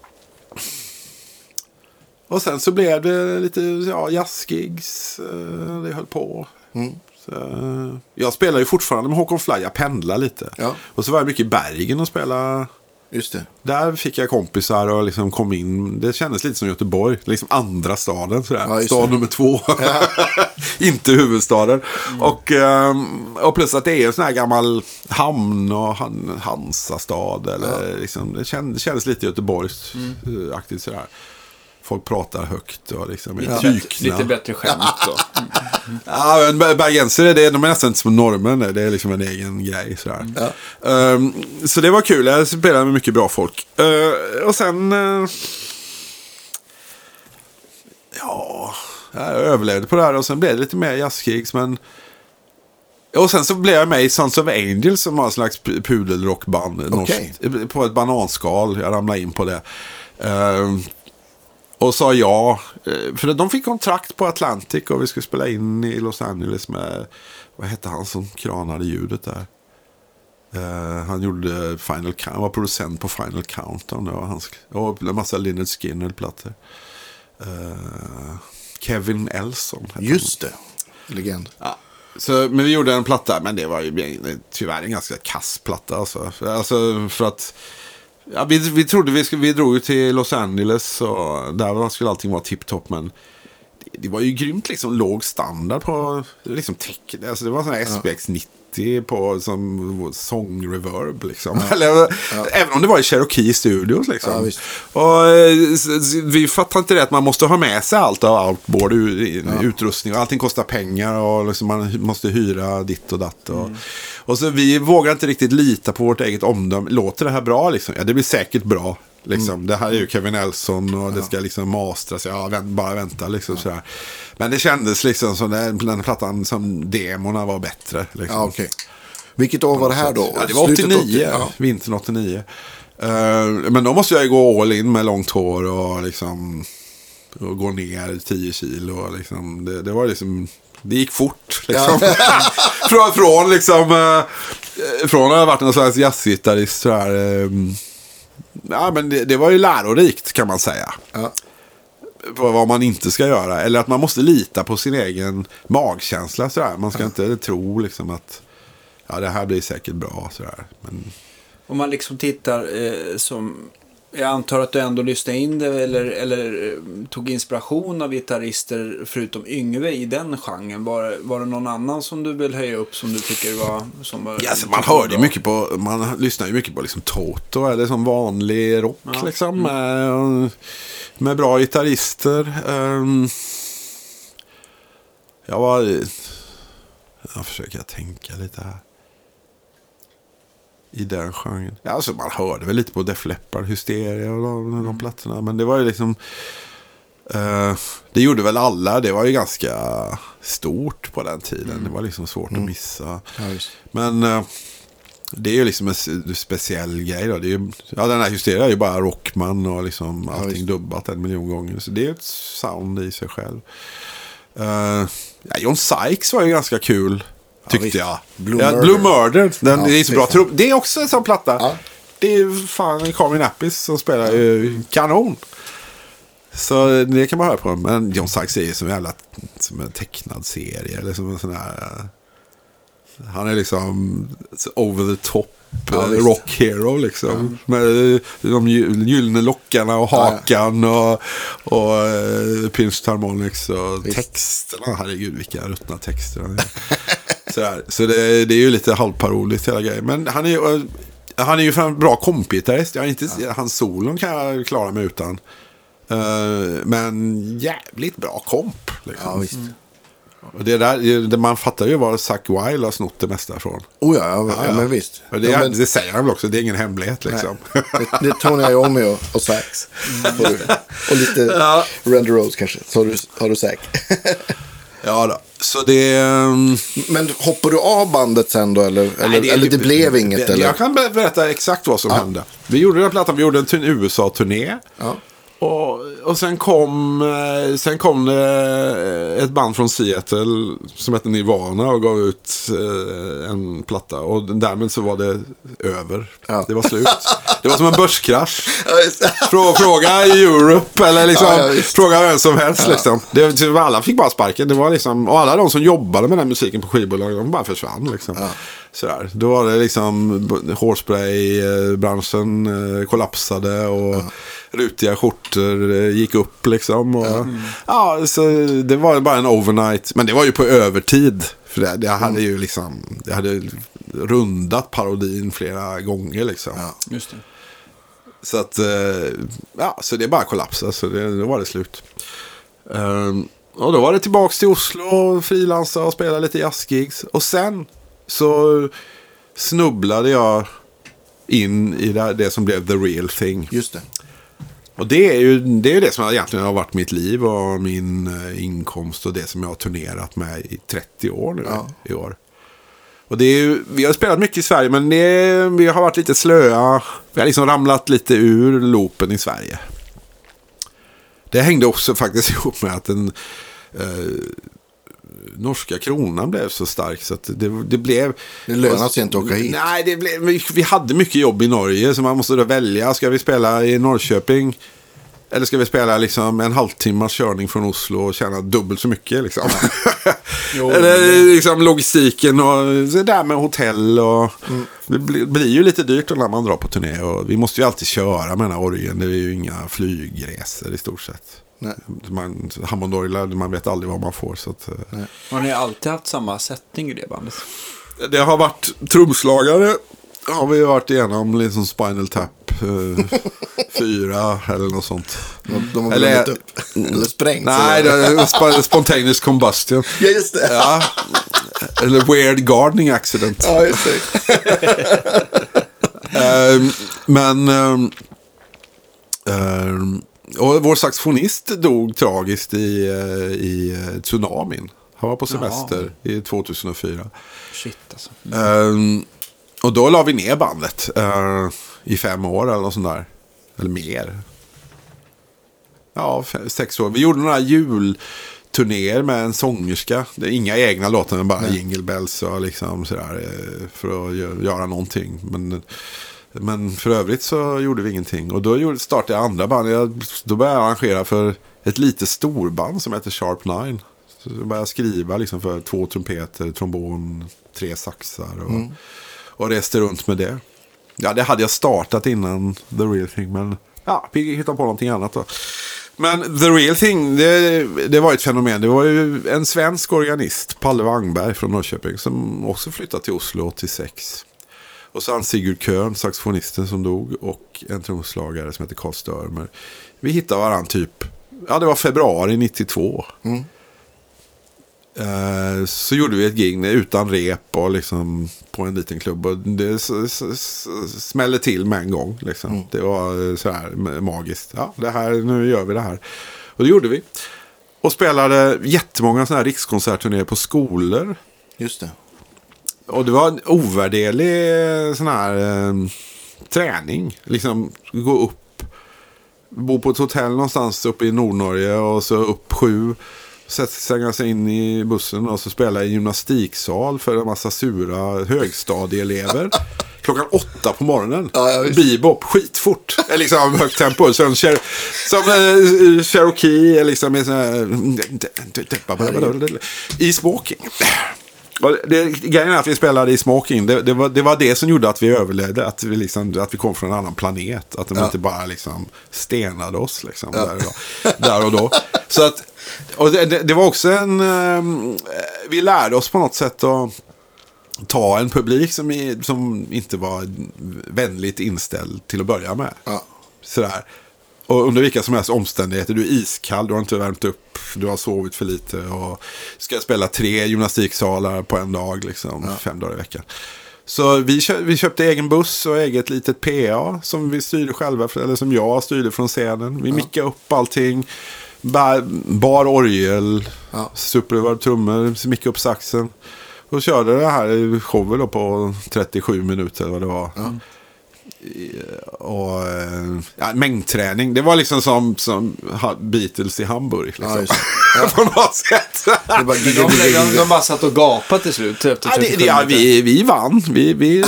och sen så blev det lite ja, jazzgigs. Uh, det höll på. Mm. Så, uh, jag spelar ju fortfarande med Håkon Fly. Jag pendlar lite. Ja. Och så var jag mycket i Bergen och spela. Just det. Där fick jag kompisar och liksom kom in. Det kändes lite som Göteborg. Liksom andra staden. Sådär. Ja, stad nummer två. Ja. Inte huvudstaden. Mm. Och, och plus att det är en sån här gammal hamn och Hansa-stad. Eller, ja. liksom, det, kändes, det kändes lite Göteborgs-aktigt mm. sådär. Folk pratar högt och liksom lite, bättre, lite bättre skämt då. Mm. Ja, men bergensare, det är, de är nästan inte som normen. Det är liksom en egen grej. Sådär. Ja. Um, så det var kul. Jag spelade med mycket bra folk. Uh, och sen... Uh, ja... Jag överlevde på det här och sen blev det lite mer jazzgigs, men... Och sen så blev jag med i Sons of Angels som var en slags pudelrockband. Okay. Norskt, på ett bananskal. Jag ramlade in på det. Uh, Och sa ja, för de fick kontrakt på Atlantic och vi skulle spela in i Los Angeles med, vad hette han som kranade ljudet där? Uh, han gjorde Final Count, han var producent på Final Countdown. Det var hans, och en massa Lynyrd Skynyrd-plattor. Uh, Kevin Elson. Just det, legend. Ja. Så, men vi gjorde en platta, men det var ju tyvärr en ganska kass platta. Alltså, alltså för att... Ja, vi, vi trodde vi skulle, vi drog ju till Los Angeles och där skulle allting vara tipptopp, men det, det var ju grymt liksom låg standard på liksom tech, alltså det var sån här S P X nittio på som sång reverb liksom. Ja. Eller, ja. Även om det var i Cherokee Studios liksom. Ja, och vi fattade inte det att man måste ha med sig allt av outboard ja. utrustning och allting kostar pengar och liksom man måste hyra ditt och datt och, mm. och så vi vågar inte riktigt lita på vårt eget omdöme. Låter det här bra liksom? Ja, det blir säkert bra. Liksom. Mm. Det här är ju Kevin Elson och ja. det ska liksom mastras. Ja, vänt, bara vänta liksom ja. sådär. Men det kändes liksom som den, den plattan som demorna var bättre. Liksom. Ja, okej. Okay. Vilket år var det här då? Ja, det var åttionio. åttio, ja. Vintern åttionio. Uh, men då måste jag ju gå all in med långt hår och liksom och gå ner tio kilo. Och liksom, det, det var liksom... Det gick fort liksom. Ja. från, från liksom uh, från att ha varit en slags jazzgitarrist så här, uh, ja, men det, det var ju lärorikt kan man säga. Ja. Vad man inte ska göra. Eller att man måste lita på sin egen magkänsla. Sådär. Man ska ja. inte tro liksom, att ja, det här blir säkert bra. Sådär. Men... Om man liksom tittar eh, som... Jag antar att du ändå lyssnade in det eller, eller tog inspiration av gitarrister förutom Yngve i den genren. Var, var det någon annan som du vill höja upp som du tycker var... Som var ja, alltså man hörde ju mycket på... Man lyssnar ju mycket på liksom Toto eller som vanlig rock ja. liksom. Mm. Med, med bra gitarrister. Um, jag var... Jag försöker tänka lite här. i den genren. Ja, alltså man hörde väl lite på Def Leppard, Hysteria och de, de mm. plattorna. Men det var ju liksom... Uh, det gjorde väl alla. Det var ju ganska stort på den tiden. Mm. Det var liksom svårt mm. att missa. Ja, men... Uh, det är ju liksom en speciell grej då. Det är ju, ja, den här Hysteria är ju bara Rockman och liksom allting ja, dubbat en miljon gånger. Så det är ett sound i sig själv. Uh, ja, John Sykes var ju ganska kul, tyckte ja, jag. Blue, ja, Murder. Blue Murder. Den, ja, det är så bra trupp. Det är också en sån platta. Ja. Det är fan Carmen Appis som spelar ju kanon. Så det kan man höra på. Men John Sykes är ju som, jävla, som en tecknad serie. Eller som en sån här... Han är liksom over the top ja, rock hero liksom. Ja. Med de gyllene lockarna och hakan ja. och, och uh, pinched harmonics och visst. Texterna. Herregud, vilka ruttna texter. Sådär. Så det, det är ju lite halvparodigt hela grejen. Men han är ju, han är ju en bra kompgitarrist. Jag inte, ja. Hans solon kan jag klara mig utan. Uh, men jävligt bra komp. Liksom. Ja, visst. Mm. Och det där, det man fattar ju var Zack Wild har snott det mesta från. Oh ja, ja, ja, ja. Men visst. Och det, ja, men... det säger han väl också, det är ingen hemlighet liksom. Det, det är Tony Iommi och, och Sax. Mm. Och, och lite ja. Randy Rose kanske, så har du, har du Zack. Ja då, så det... Um... Men hoppar du av bandet sen då, eller, Nej, eller, det, eller det blev inget? Det, eller? Jag kan berätta exakt vad som ja. hände. Vi gjorde den plattan, vi gjorde en U S A-turné. Ja. Och, och sen kom sen kom det ett band från Seattle som hette Nirvana och gav ut eh, en platta. Och därmed så var det över. Ja. Det var slut. Det var som en börskrasch. Frå, fråga i Europe eller liksom, ja, ja, fråga vem som helst. Ja. Liksom. Det, alla fick bara sparken. Det var liksom, och alla de som jobbade med den musiken på skivbolag, de bara försvann. Liksom. Ja. Sådär. Då var det liksom hårspraybranschen eh, kollapsade och ja. rutiga skjortor eh, gick upp liksom. Och, mm. Ja, så det var bara en overnight. Men det var ju på övertid. För det, det hade ju liksom, det hade rundat parodin flera gånger liksom. Ja, just det. Så att, eh, ja, så det bara kollapsade. Så det, då var det slut. Um, och då var det tillbaks till Oslo och frilansa och spela lite jazzgigs. Och sen så snubblade jag in i det, det som blev the real thing. Just det. Och det är ju det, är det som egentligen har varit mitt liv och min eh, inkomst och det som jag har turnerat med i trettio år nu ja. i år. Och det är ju, vi har spelat mycket i Sverige, men det, vi har varit lite slöa. Vi har liksom ramlat lite ur loopen i Sverige. Det hängde också faktiskt ihop med att den eh, norska kronan blev så stark så att det, det blev... Det lönar sig inte att åka hit. Nej, det blev, vi, vi hade mycket jobb i Norge så man måste då välja. Ska vi spela i Norrköping eller ska vi spela liksom en halvtimmas körning från Oslo och tjäna dubbelt så mycket liksom. jo, eller liksom logistiken och det där med hotell och mm. det blir, blir ju lite dyrt när man drar på turné och vi måste ju alltid köra med den här orgen. Det är ju inga flygresor i stort sett. Nej. Man, Hammondorglar, man vet aldrig vad man får så att, Nej. Har ni alltid haft samma sättning i det bandet? Det har varit trumslagare har vi varit igenom liksom Spinal Tap uh, fyra eller något sånt. De, de har eller, upp. Eller sprängt. Nej, det är Spontaneous Combustion. Ja, just det. Ja. Eller Weird Gardening Accident. Ja, just det. um, men um, um, och vår saxofonist dog tragiskt i, i tsunamin. Han var på semester ja. i tvåtusenfyra. Shit alltså. Um, och då la vi ner bandet uh, i fem år eller något sånt där. Eller mer. Ja, fem, sex år. Vi gjorde några julturnéer med en sångerska. Det är inga egna låtar, men bara Nej. Jingle Bells och liksom sådär för att göra någonting. Men... Men för övrigt så gjorde vi ingenting. Och då startade jag andra band. Jag, då började jag arrangera för ett litet storband som heter Sharp Nine. Så jag började skriva liksom för två trumpeter, trombon, tre saxar. Och, mm. och reste runt med det. Ja, det hade jag startat innan The Real Thing. Men ja, vi hittade på någonting annat då. Men The Real Thing, det, det var ett fenomen. Det var ju en svensk organist, Palle Wangberg från Norrköping, som också flyttade till Oslo åttiosex. Och så han Sigurd Köhn, saxofonisten som dog, och en trumslagare som heter Carl Störmer. Vi hittade varann typ, ja det var februari nittiotvå. Mm. eh, så gjorde vi ett gig utan rep och liksom på en liten klubb. Och det s- s- s- smällde till med en gång. Liksom. Mm. Det var så här magiskt. Ja, det här, nu gör vi det här. Och det gjorde vi. Och spelade jättemånga sådana här rikskonsertturnéer på skolor. Just det. Och det var en ovärderlig sån här eh, träning. Liksom gå upp, bo på ett hotell någonstans uppe i Nordnorge och så upp sju. Sätta sig in i bussen och så spela i gymnastiksal för en massa sura högstadieelever. Klockan åtta på morgonen. Ja, ja, bebop, skitfort. Liksom högt tempo. Som, Cher- som uh, Cherokee liksom med sån här, i smoking. Och det, grejen är att vi spelade i smoking. Det, det, var, det var det som gjorde att vi överlevde. Att vi, liksom, att vi kom från en annan planet. Att de ja. inte bara liksom stenade oss liksom, ja. där, och då, där och då. Så att, och det, det var också en... Um, vi lärde oss på något sätt att ta en publik som, i, som inte var vänligt inställd till att börja med. Ja. Sådär. Och under vilka som helst omständigheter. Du är iskall, du har inte värmt upp, du har sovit för lite och ska spela tre gymnastiksalar på en dag, liksom, ja. fem dagar i veckan. Så vi, köp, vi köpte egen buss och eget litet P A som vi styrde själva, eller som jag styrde från scenen. Vi ja. mickade upp allting, bar, bar orgel, ja. supervar trummor, mickade upp saxen. Och körde det här showen då på trettiosju minuter eller vad det var. Ja. Och ja, mängdträning. Det var liksom som, som Beatles i Hamburg liksom. Ja, ja. På något sätt. Det bara, de, de, de bara satt och gapade till slut efter ja, det, ja, vi, vi vann. Vi, vi,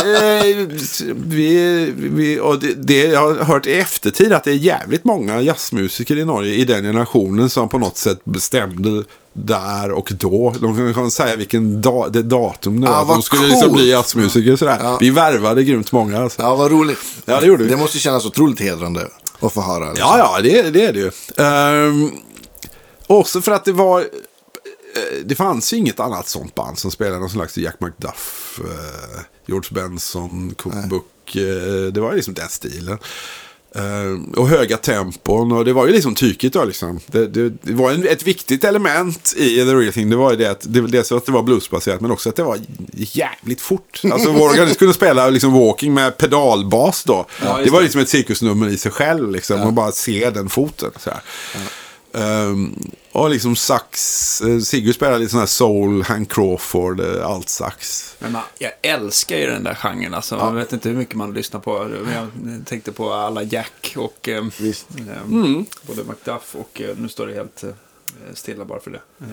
vi, vi, och det, det, jag har hört i eftertid att det är jävligt många jazzmusiker i Norge i den generationen som på något sätt bestämde där och då. De kan säga vilken da, det datum det ah, var. De skulle liksom bli jazzmusiker sådär. Ja. Vi värvade grymt många. Alltså. Ja, vad roligt. Ja, det gjorde vi. Det måste kännas otroligt hedrande att få höra. Liksom. Ja, ja, det, det är det ju. Um, också för att det var... Det fanns ju inget annat sånt band som spelade någon slags Jack McDuff, uh, George Benson, Cook Book. Uh, det var ju liksom den stilen. Uh, och höga tempon, och det var ju liksom tykigt då liksom. Det, det, det var en, ett viktigt element i The Real Thing. Det var ju det att det, det, så att det var bluesbaserat, men också att det var jävligt fort. Alltså vår organisation kunde spela liksom walking med pedalbas då. Ja, det var liksom ett cirkusnummer i sig själv liksom, ja. Och bara se den foten så här. Ja. Um, och liksom sax, uh, Sigurd spelade lite sån här soul, Hank Crawford, uh, allt sax. Men man, jag älskar ju den där genren alltså. Ja. Jag vet inte hur mycket man lyssnar på. Jag tänkte på alla Jack och um, um, mm. både McDuff och uh, nu står det helt uh, stilla bara för det. Uh.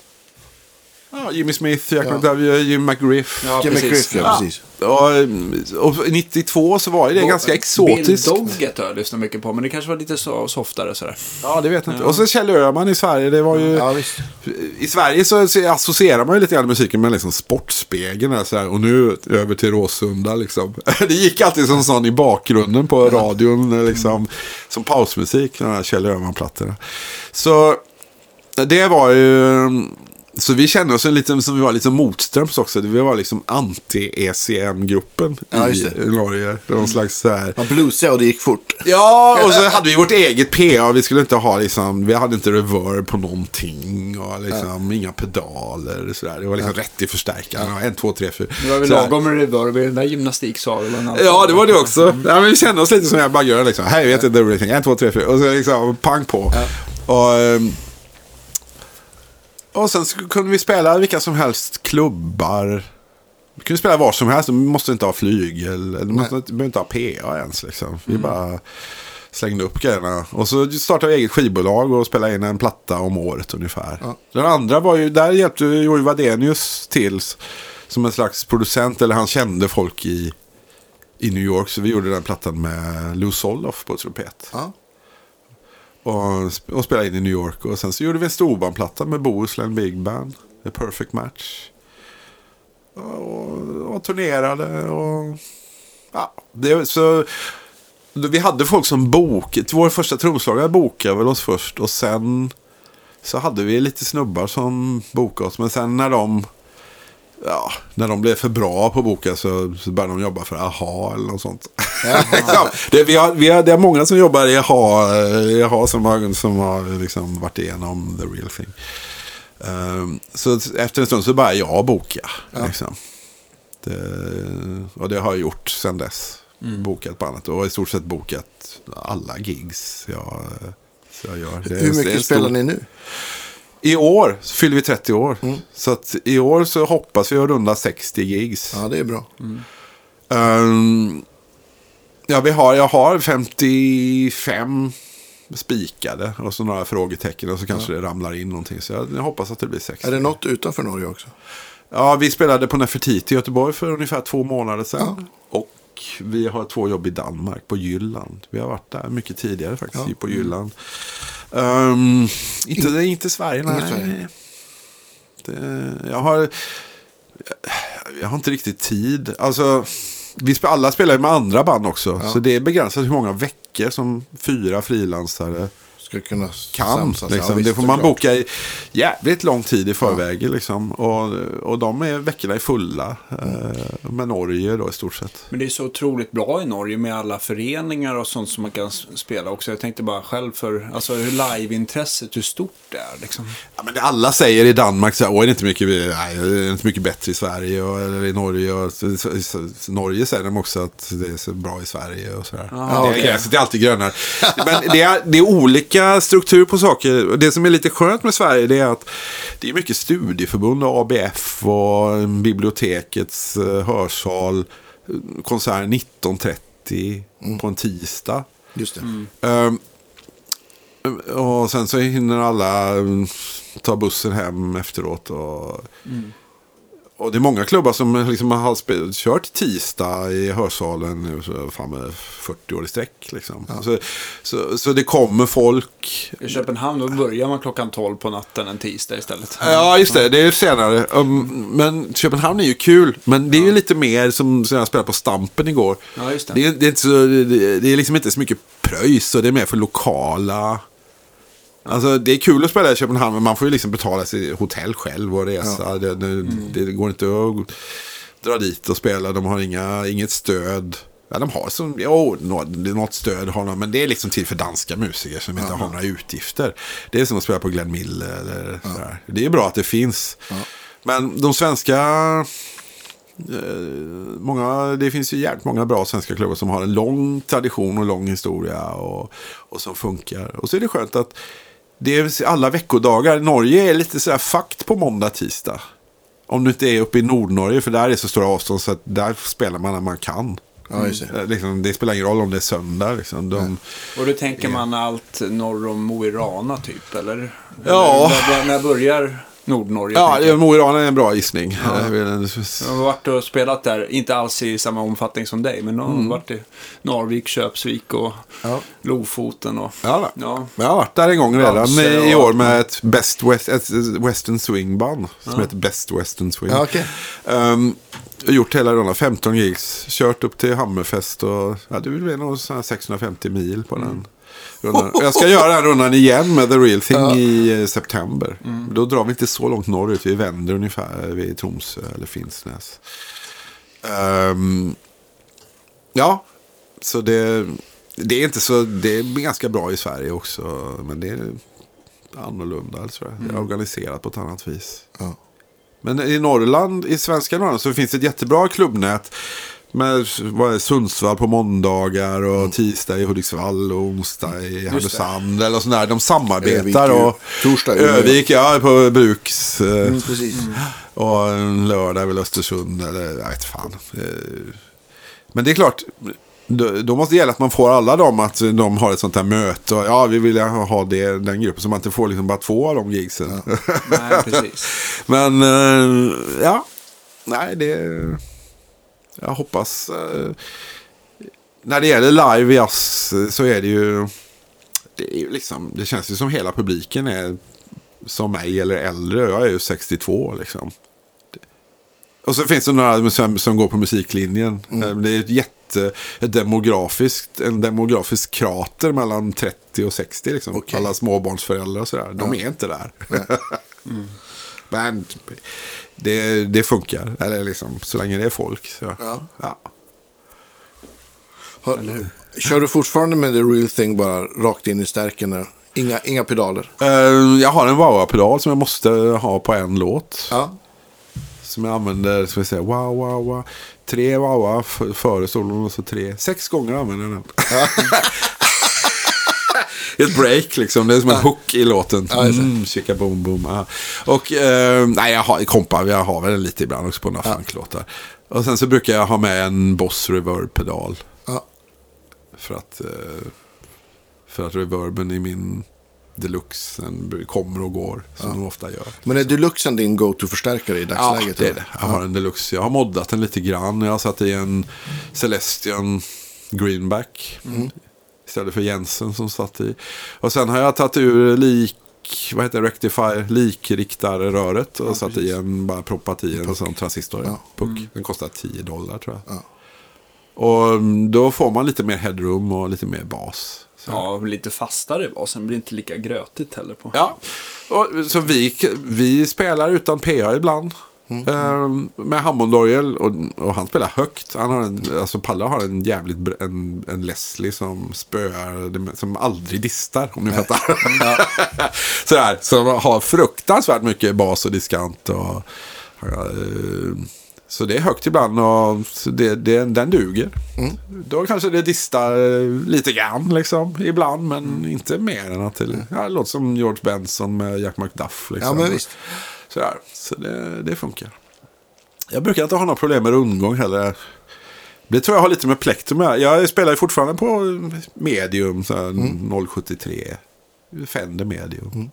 Ja, Jimmy Smith, Jack ja. McDuff, Jim McGriff. Ja, Jim McGriff, ja, precis. Och, och nittiotvå så var det Bo- ganska exotiskt. Bill Doggett har jag lyssnat mycket på, men det kanske var lite så softare sådär. Ja, det vet jag inte. Ja. Och så Kjell Öhman i Sverige, det var ju... Ja, visst. I Sverige så associerar man ju lite grann musiken med liksom Sportspegeln så här, och nu över till Råsunda liksom. Det gick alltid som sån i bakgrunden på radion liksom, som pausmusik, den här Kjell Öhman-plattorna. Så det var ju... Så vi kände oss lite som vi var lite motströms också. Vi var liksom anti-E C M-gruppen ja, i Norge. Någon slags så här... Ja, bluesiga och det gick fort. Ja, och så hade vi vårt eget P A. Vi skulle inte ha liksom... Vi hade inte reverb på någonting. Och liksom ja. inga pedaler. Så där. Det var liksom ja. rätt i förstärkaren. Ja. En, två, tre, fyra. Det var väl lagom med reverb i den där gymnastiksalen. Ja, det var det också. Mm. Ja, men vi kände oss lite som jag bara gör liksom. Hej, vet inte everything. En, två, tre, fyra. Och så liksom pang på. Ja. Och... Och sen kunde vi spela vilka som helst klubbar. Vi kunde spela var som helst. De måste inte ha flyg. Eller de måste inte, behöver inte ha P A ens. Liksom. Vi mm. bara slängde upp grejerna. Och så startade vi eget skivbolag och spelade in en platta om året ungefär. Ja. Den andra var ju, där hjälpte Joey Wadenius till som en slags producent. Eller han kände folk i, i New York. Så vi gjorde den plattan med Lou Soloff på trumpet. Ja. Och, och spelade in i New York. Och sen så gjorde vi en storbandplatta med Bohuslän Big Band, The Perfect Match. Och, och turnerade. Och, ja, det, så, vi hade folk som bokade. Vår första trumslagare bokade väl oss först. Och sen så hade vi lite snubbar som bokade oss. Men sen när de... Ja, när de blev för bra på boka så, så började de jobba för Aha eller något sånt. det, vi har, vi har, det är många som jobbar i Aha, i Aha som har, som har liksom varit igenom The Real Thing. Um, så efter en stund så började jag boka. Ja. Liksom. Det, och det har jag gjort sedan dess. Mm. Bokat på annat. Och i stort sett bokat alla gigs jag, så jag gör. Det Hur mycket spelar stor... ni nu? I år så fyller vi trettio år. Mm. Så att i år så hoppas vi att runda sextio gigs. Ja, det är bra. Mm. Um, ja, vi har, jag har femtiofem spikade och så några frågetecken och så kanske ja. det ramlar in någonting. Så jag, jag hoppas att det blir sextio. Är det något utanför Norge också? Ja, vi spelade på Nefertiti i Göteborg för ungefär två månader sedan. Ja. Och vi har två jobb i Danmark på Jylland. Vi har varit där mycket tidigare faktiskt, ja. på Jylland. Um, inte, In... inte Sverige, nej. Sverige. Det, jag har jag har inte riktigt tid. Alltså, vi sp- alla spelar med andra band också. Ja. Så det är begränsat hur många veckor som fyra frilansare ska kunna kan. Liksom. Ja, visst, det får man klart. boka i jävligt lång tid i förväg. Ja. Liksom. Och, och de är veckorna är fulla. Mm. Eh, med Norge då i stort sett. Men det är så otroligt bra i Norge med alla föreningar och sånt som man kan spela också. Jag tänkte bara själv för alltså, hur liveintresset, hur stort det är. Liksom. Ja, men det alla säger i Danmark så här, åh, är det inte mycket, nej, det är inte mycket bättre i Sverige och, eller i Norge. Och, så, så, så, så, Norge säger de också att det är så bra i Sverige och sådär. Ah, det, okay. det är alltid grönare. Men det är, det är olika struktur på saker. Det som är lite skönt med Sverige det är att det är mycket studieförbund och A B F och bibliotekets hörsal konsert nitton trettio mm. på en tisdag. Just det. Mm. Um, och sen så hinner alla ta bussen hem efteråt och mm. och det är många klubbar som liksom har spelat, kört tisdag i hörsalen fan med fyrtio år i sträck. Liksom. Ja. Så, så, så det kommer folk. I Köpenhamn då börjar man klockan tolv på natten en tisdag istället. Ja, just det. Det är senare. Um, men Köpenhamn är ju kul. Men det är ju ja. lite mer som, som jag spelade på Stampen igår. Ja, just det. Det, är, det, är inte så, det, det är liksom inte så mycket pröjs och det är mer för lokala. Alltså det är kul att spela i Köpenhamn men man får ju liksom betala sig hotell själv och resa. Ja. Det, det, mm. det går inte att dra dit och spela. De har inga, inget stöd. Ja, de har som, jo, något stöd har de, men det är liksom till för danska musiker som inte ja. har några utgifter. Det är som att spela på Glenn Mille eller ja. sådär. Det är bra att det finns. Ja. Men de svenska eh, många, det finns ju jävligt många bra svenska klubbar som har en lång tradition och lång historia och, och som funkar. Och så är det skönt att det är alla veckodagar. Norge är lite sådär fakt på måndag, tisdag. Om du inte är uppe i Nordnorge, för där är så stora avstånd så att där spelar man när man kan. Ja, just det. Liksom, det spelar ingen roll om det är söndag. Liksom. De, ja. Och då tänker man allt norr om Mo i Rana typ, eller? Ja. Eller, när börjar Nordnorge? Ja, Mo i Rana är en bra gissning. Ja. Jag har varit och spelat där, inte alls i samma omfattning som dig, men jag har mm. varit i Narvik, Köpsvik och ja. Lofoten. Och, ja, ja. Jag har varit där en gång redan ja, i, i år med ett, Best West, ett Western Swing band som ja. heter Best Western Swing. Ja, okay. um, gjort hela rundan, femton gigs, kört upp till Hammerfest och ja, det blir nog sexhundrafemtio mil på den mm. rundan. Jag ska göra den rundan igen med The Real Thing ja. i september. Mm. Då drar vi inte så långt norrut, vi vänder ungefär vid Tromsö eller Finnsnäs. Um, ja, så det, det är inte så, det är ganska bra i Sverige också, men det är annorlunda, alltså. Mm. Det är organiserat på ett annat vis. Ja. Men i Norrland, i svenska Norrland, så finns det ett jättebra klubbnät med vad är, Sundsvall på måndagar och mm. tisdag i Hudiksvall och onsdag i Härnösand eller sådär. De samarbetar Övik, och torsdag Övik, ja, på Bruks mm, precis. Mm. och en lördag väl Östersund eller jag vet fan. Men det är klart, då, då måste det gälla att man får alla dem att de har ett sånt här möte och ja, vi vill ha det, den gruppen så man inte får liksom bara två av de gigsen. Ja. Nej, precis. Men ja, nej det jag hoppas när det gäller live jazz så är det ju det är ju liksom, det känns ju som hela publiken är som mig eller äldre, jag är ju sextiotvå liksom. Och så finns det några som, som går på musiklinjen. Mm. Det är ett jätte ett demografiskt, en demografisk krater mellan trettio och sextio liksom. Okay. Alla småbarnsföräldrar och sådär. De ja. är inte där. mm. Men det, det funkar. Eller liksom, så länge det är folk. Så. Ja. Ja. Har, kör du fortfarande med The Real Thing bara rakt in i stärken Inga, inga pedaler. Uh, jag har en wah-wah-pedal som jag måste ha på en låt. Ja. Som jag använder, ska vi säga, wow, wow, wow. Tre wah-wah f- före solon och så tre. Sex gånger använder jag den. Ja. Ett break liksom, det är som en hook i låten. Mm, chicka boom boom. Ja. Och uh, nej, jag har kompar, jag har väl lite ibland också på några ja. funklåtar. Och sen så brukar jag ha med en Boss Reverb-pedal. Ja. För att uh, för att reverben i min Deluxe den kommer och går som ja. de ofta gör. Men är Deluxen din go-to-förstärkare i dagsläget? Ja, det är det. Jag har en Deluxe. Jag har moddat den lite grann. Jag har satt i en Celestion Greenback mm. istället för Jensen som satt i. Och sen har jag tagit ur lik, vad heter det, Rectifier, likriktare-röret och ja, satt precis. i en, bara proppat i en, en sån transistor. Ja. Puck. Mm. Den kostar tio dollar tror jag. Ja. Och då får man lite mer headroom och lite mer bas. Så. Ja, lite fastare basen blir inte lika grötigt heller på. Ja, och, så vi, vi spelar utan P A ibland. Mm. Eh, med Hammondorgel och, och han spelar högt. Han har en, alltså Palle har en jävligt en, en Leslie som spöar, som aldrig distar om ni fattar. Ja. Sådär, som har fruktansvärt mycket bas och diskant och eh, så det är högt ibland och så det, det, den duger. Mm. Då kanske det distar lite grann liksom, ibland, men mm. inte mer än att det, ja, det låter som George Benson med Jack McDuff. Liksom. Ja, men visst. Sådär. Så det, det funkar. Jag brukar inte ha några problem med rundgång heller. Det tror jag har lite med plektrum. Jag spelar ju fortfarande på medium, så mm. noll komma sjuttiotre. Fender medium. Mm.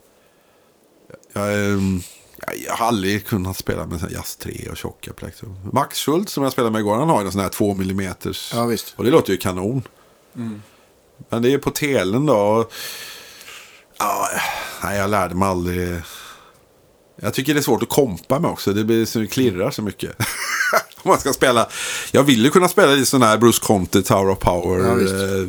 Jag är... Jag har aldrig kunnat spela med Jazz tre och tjocka plektrum. Max Schultz som jag spelade med igår, han har ju en sån här två millimeter. Ja, visst. Och det låter ju kanon. Mm. Men det är på telen då. Ja, nej, jag lärde mig aldrig. Jag tycker det är svårt att kompa med också. Det blir så det klirrar så mycket. Om man ska spela. Jag vill ju kunna spela i sån här Bruce Conte Tower of Power ja, eh,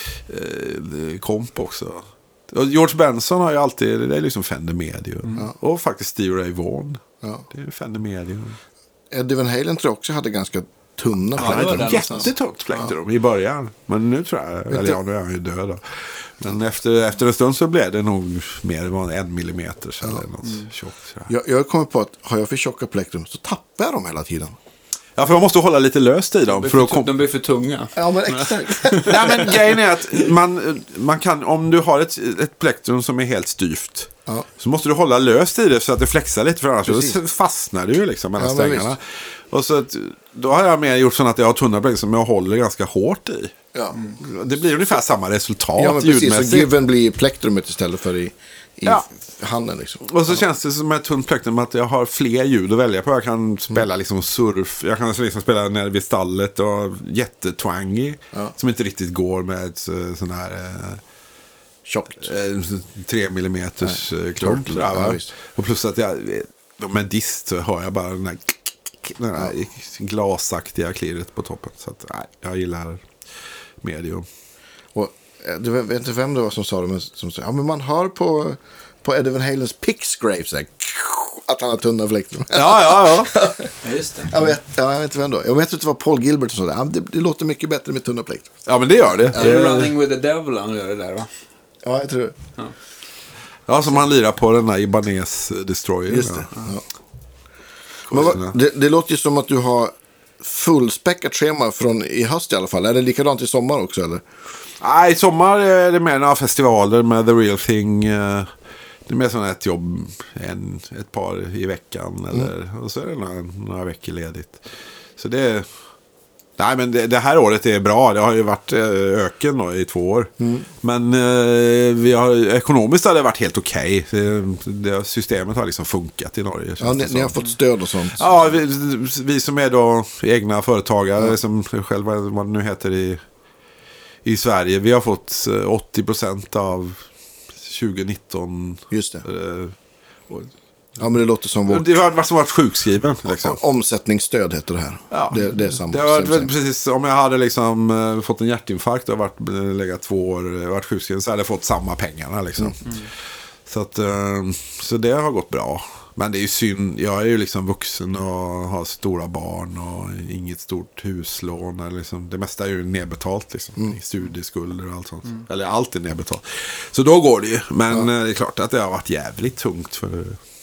eh, komp också. Och George Benson har ju alltid, det är liksom Fender Medium. Mm. Och faktiskt Steve Ray Vaughan. Ja. Det är Fender Medium. Eddie Van Halen tror jag också hade ganska tunna ja, plektrum. Jättetunt plektrum ja. i början. Men nu tror jag, eller ja, nu är han ju död då. Men efter, efter en stund så blev det nog mer än en millimeter ja. eller något mm. tjockt. Jag, jag kommer på att har jag för tjocka plektrum så tappar jag dem hela tiden. Ja, för man måste hålla lite löst i dem. De, för för att kom... de blir för tunga. Ja, men exakt. Nej, men grejen är att man, man kan, om du har ett, ett plektrum som är helt styvt ja. så måste du hålla löst i det så att det flexar lite, för annars så fastnar det ju liksom mellan ja, strängarna. Och så att, då har jag mer gjort så att jag har tunna plektrum som jag håller ganska hårt i. Ja. Mm. Det blir ungefär samma resultat ja, men precis, ljudmässigt. Så given blir plektrumet istället för i, i ja. handen liksom. Och så ja. känns det som ett tunt plektrum att jag har fler ljud att välja på. Jag kan spela mm. liksom surf, jag kan liksom spela nere vid stallet och jättetwangy ja. som inte riktigt går med ett sån här eh, tjockt eh, tre millimeters eh, klump. Ja, och plus att jag med dist så har jag bara den här, den här ja. glasaktiga klirret på toppen. Så att nej, jag gillar medium. Och du vet inte vem det var som sa det, men som sa, ja, men man hör på på Eddie Van Halens pick scrape så här, att han har tunna plektrum. Ja, ja, ja. Just det. Jag vet, ja, jag vet inte vem då. Jag vet inte vad Paul Gilbert som sa det. Ja, det. Det låter mycket bättre med tunna plektrum. Ja, men det gör det. Ja, det är Running with the Devil han gör det där, va? Ja, jag tror det. Ja, ja som han lirar på den här Ibanez Destroyer. Just det. Ja. Ja. Men vad, det, det låter ju som att du har fullspäckat schema från i höst i alla fall. Är det likadant i sommar också, eller? Nej, i sommar är det mer några festivaler med The Real Thing. Det är mer som ett jobb, en, ett par i veckan. Eller, mm. Och så är det några, några veckor ledigt. Så det är... Nej, men det, det här året är bra. Det har ju varit öken då, i två år. Mm. Men eh, vi har, ekonomiskt har det varit helt okej. Okay. Systemet har liksom funkat i Norge. Ja, ni, ni har fått stöd och sånt. Ja, vi, vi som är då egna företagare, ja. som själva vad det nu heter i, i Sverige. Vi har fått åttio procent av tjugonitton. Just det. Eh, och, ja, men det låter som vårt... Det har varit som varit sjukskriven. Liksom. Omsättningsstöd heter det här. Ja. Det, det är samma. Det har varit, precis, om jag hade liksom, uh, fått en hjärtinfarkt och varit, legat två år varit sjukskriven så hade jag fått samma pengarna. Liksom. Mm. Mm. Så, att, uh, så det har gått bra. Men det är ju synd. Jag är ju liksom vuxen och har stora barn och inget stort huslån. Eller liksom, det mesta är ju nedbetalt liksom. Mm. Studieskulder och allt sånt. Mm. Eller allt är nedbetalt. Så då går det ju. Men ja. Det är klart att det har varit jävligt tungt för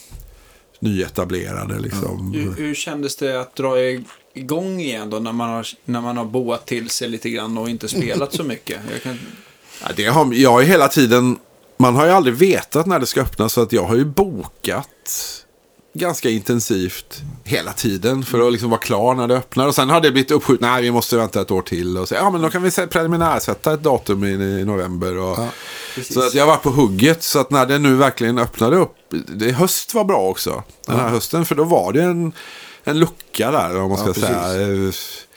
nyetablerade liksom. Hur, hur kändes det att dra igång igen då när man har, när man har boat till sig lite grann och inte spelat så mycket? Jag, kan... ja, det har, jag har ju hela tiden, man har ju aldrig vetat när det ska öppna, så att jag har ju bokat ganska intensivt hela tiden för att liksom vara klar när det öppnar. Och sen har det blivit uppskjutet, nej vi måste vänta ett år till och så, ja men då kan vi preliminärsätta ett datum i, i november och, ja, så att jag var på hugget, så att när det nu verkligen öppnade upp, det, höst var bra också den här ja. hösten, för då var det en, en lucka där om man ska ja, säga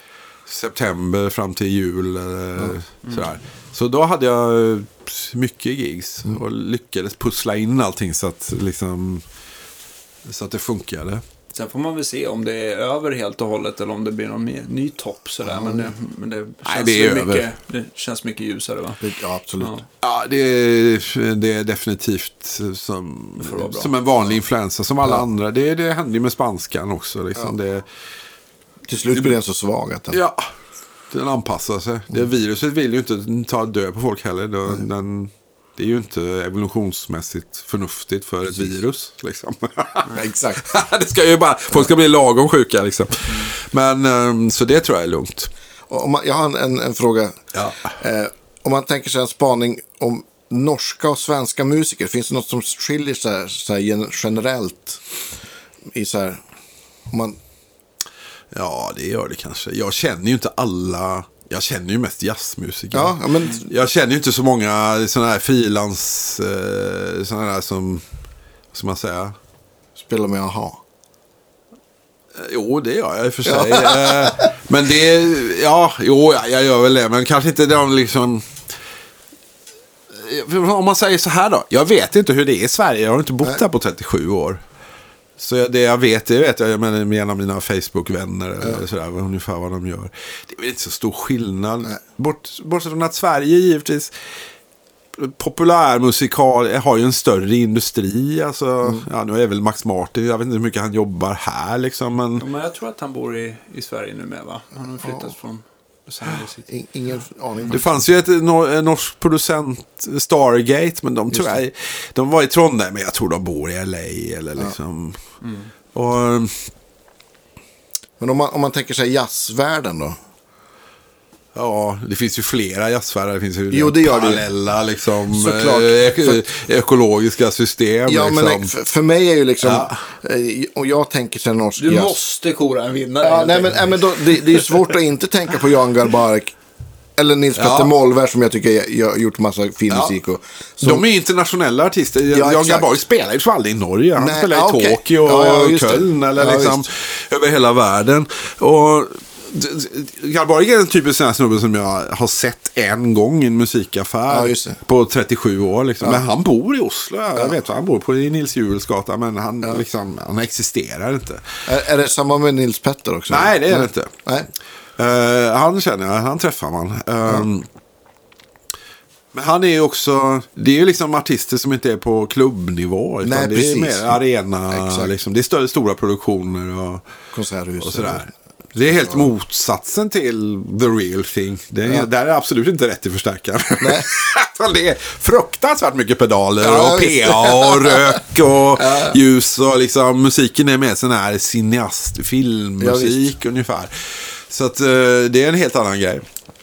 september fram till jul eller ja. mm. sådär. Så då hade jag mycket gigs mm. och lyckades pussla in allting så att liksom så att det funkade. Sen får man väl se om det är över helt och hållet eller om det blir någon ny, ny topp sådär. Mm. Men, det, men det känns Nej, det, är mycket, det känns mycket ljusare, va? Ja, absolut. Ja, ja det, är, det är definitivt som, som en vanlig influensa som alla ja. andra. Det, det händer ju med spanskan också. Liksom. Ja. Det, till slut blir den så svag att den... Ja, den anpassar sig. Mm. Det viruset vill ju inte ta död på folk heller. Då, mm. den, det är ju inte evolutionsmässigt förnuftigt för ett virus. Liksom. Exakt. Det ska ju bara, folk ska bli lagom sjuka. Liksom. Men, um, så det tror jag är lugnt. Om man, jag har en, en, en fråga. Ja. Eh, om man tänker sig en spaning om norska och svenska musiker. Finns det något som skiljer sig så här generellt? I så här, om man... Ja, det gör det kanske. Jag känner ju inte alla... Jag känner ju mest jazzmusiker. Ja, men... Jag känner ju inte så många sådana här frilans... Eh, sådana där som... Som man säger. Spelar med aha. Eh, jo, det gör jag i och för sig. Ja. Eh, men det... Ja, jo, jag gör väl det. Men kanske inte de liksom... Om man säger så här då. Jag vet inte hur det är i Sverige. Jag har inte bott här på trettiosju år. Så det jag vet, det vet jag med en av mina Facebook-vänner eller ja. sådär, ungefär vad de gör. Det är väl inte så stor skillnad. Bort, bortsett från att Sverige givetvis populärmusikal har ju en större industri. Alltså, mm. ja, nu är väl Max Martin, jag vet inte hur mycket han jobbar här liksom. Men, ja, men jag tror att han bor i, i Sverige nu med, va? Han har flyttat ja. från... Ingen aning. Det fanns ju ett nor- norsk producent, Stargate, men de tror jag, de var i Trondheim, men jag tror de bor i L A eller liksom. Ja. Mm. Och, men om man, om man tänker sig jazzvärlden då? Ja, det finns ju flera jazzvärldar. Det finns ju jo, det gör parallella det. Liksom, ek- ekologiska system. Ja, liksom. men för, för mig är ju liksom... Ja. Och jag tänker sig norsk Du jazz. måste kora en vinnare. Ja, nej, men, nej, men då, det, det är svårt att inte tänka på Jan Garbarek. Eller Nils Petter ja. Mollberg som jag tycker har gjort massa fin ja. musik. Och, som... De är internationella artister. Ja, Jan Garbarek spelar ju aldrig i Norge. Han nej, spelar i okay. Tokyo och ja, ja, Köln. Eller ja, liksom över hela världen. Och... Garbarek är en typisk sån här snubbe som jag har sett en gång i en musikaffär ja, på trettiosju år liksom. Ja. Men han bor i Oslo. Jag ja. vet vad han bor på i Nils Juelsgata, men han, ja. liksom, han existerar inte. Är, är det samma med Nils Petter också? Nej, det är det inte. Nej. Uh, han känner jag, han träffar man. Um, ja. Men han är ju också, det är ju liksom artister som inte är på klubbnivå. Utan Nej, det precis. är mer arena, liksom, det är större, stora produktioner och konserthus och sådär. Det är helt motsatsen till the real thing. Det är, ja. Där är absolut inte rätt i förstärkaren. Nej. Det är fruktansvärt mycket pedaler ja, och P A och rök och ja. ljus och liksom musiken är med sån här cineast, filmmusik ja, ungefär. Så att uh, det är en helt annan grej.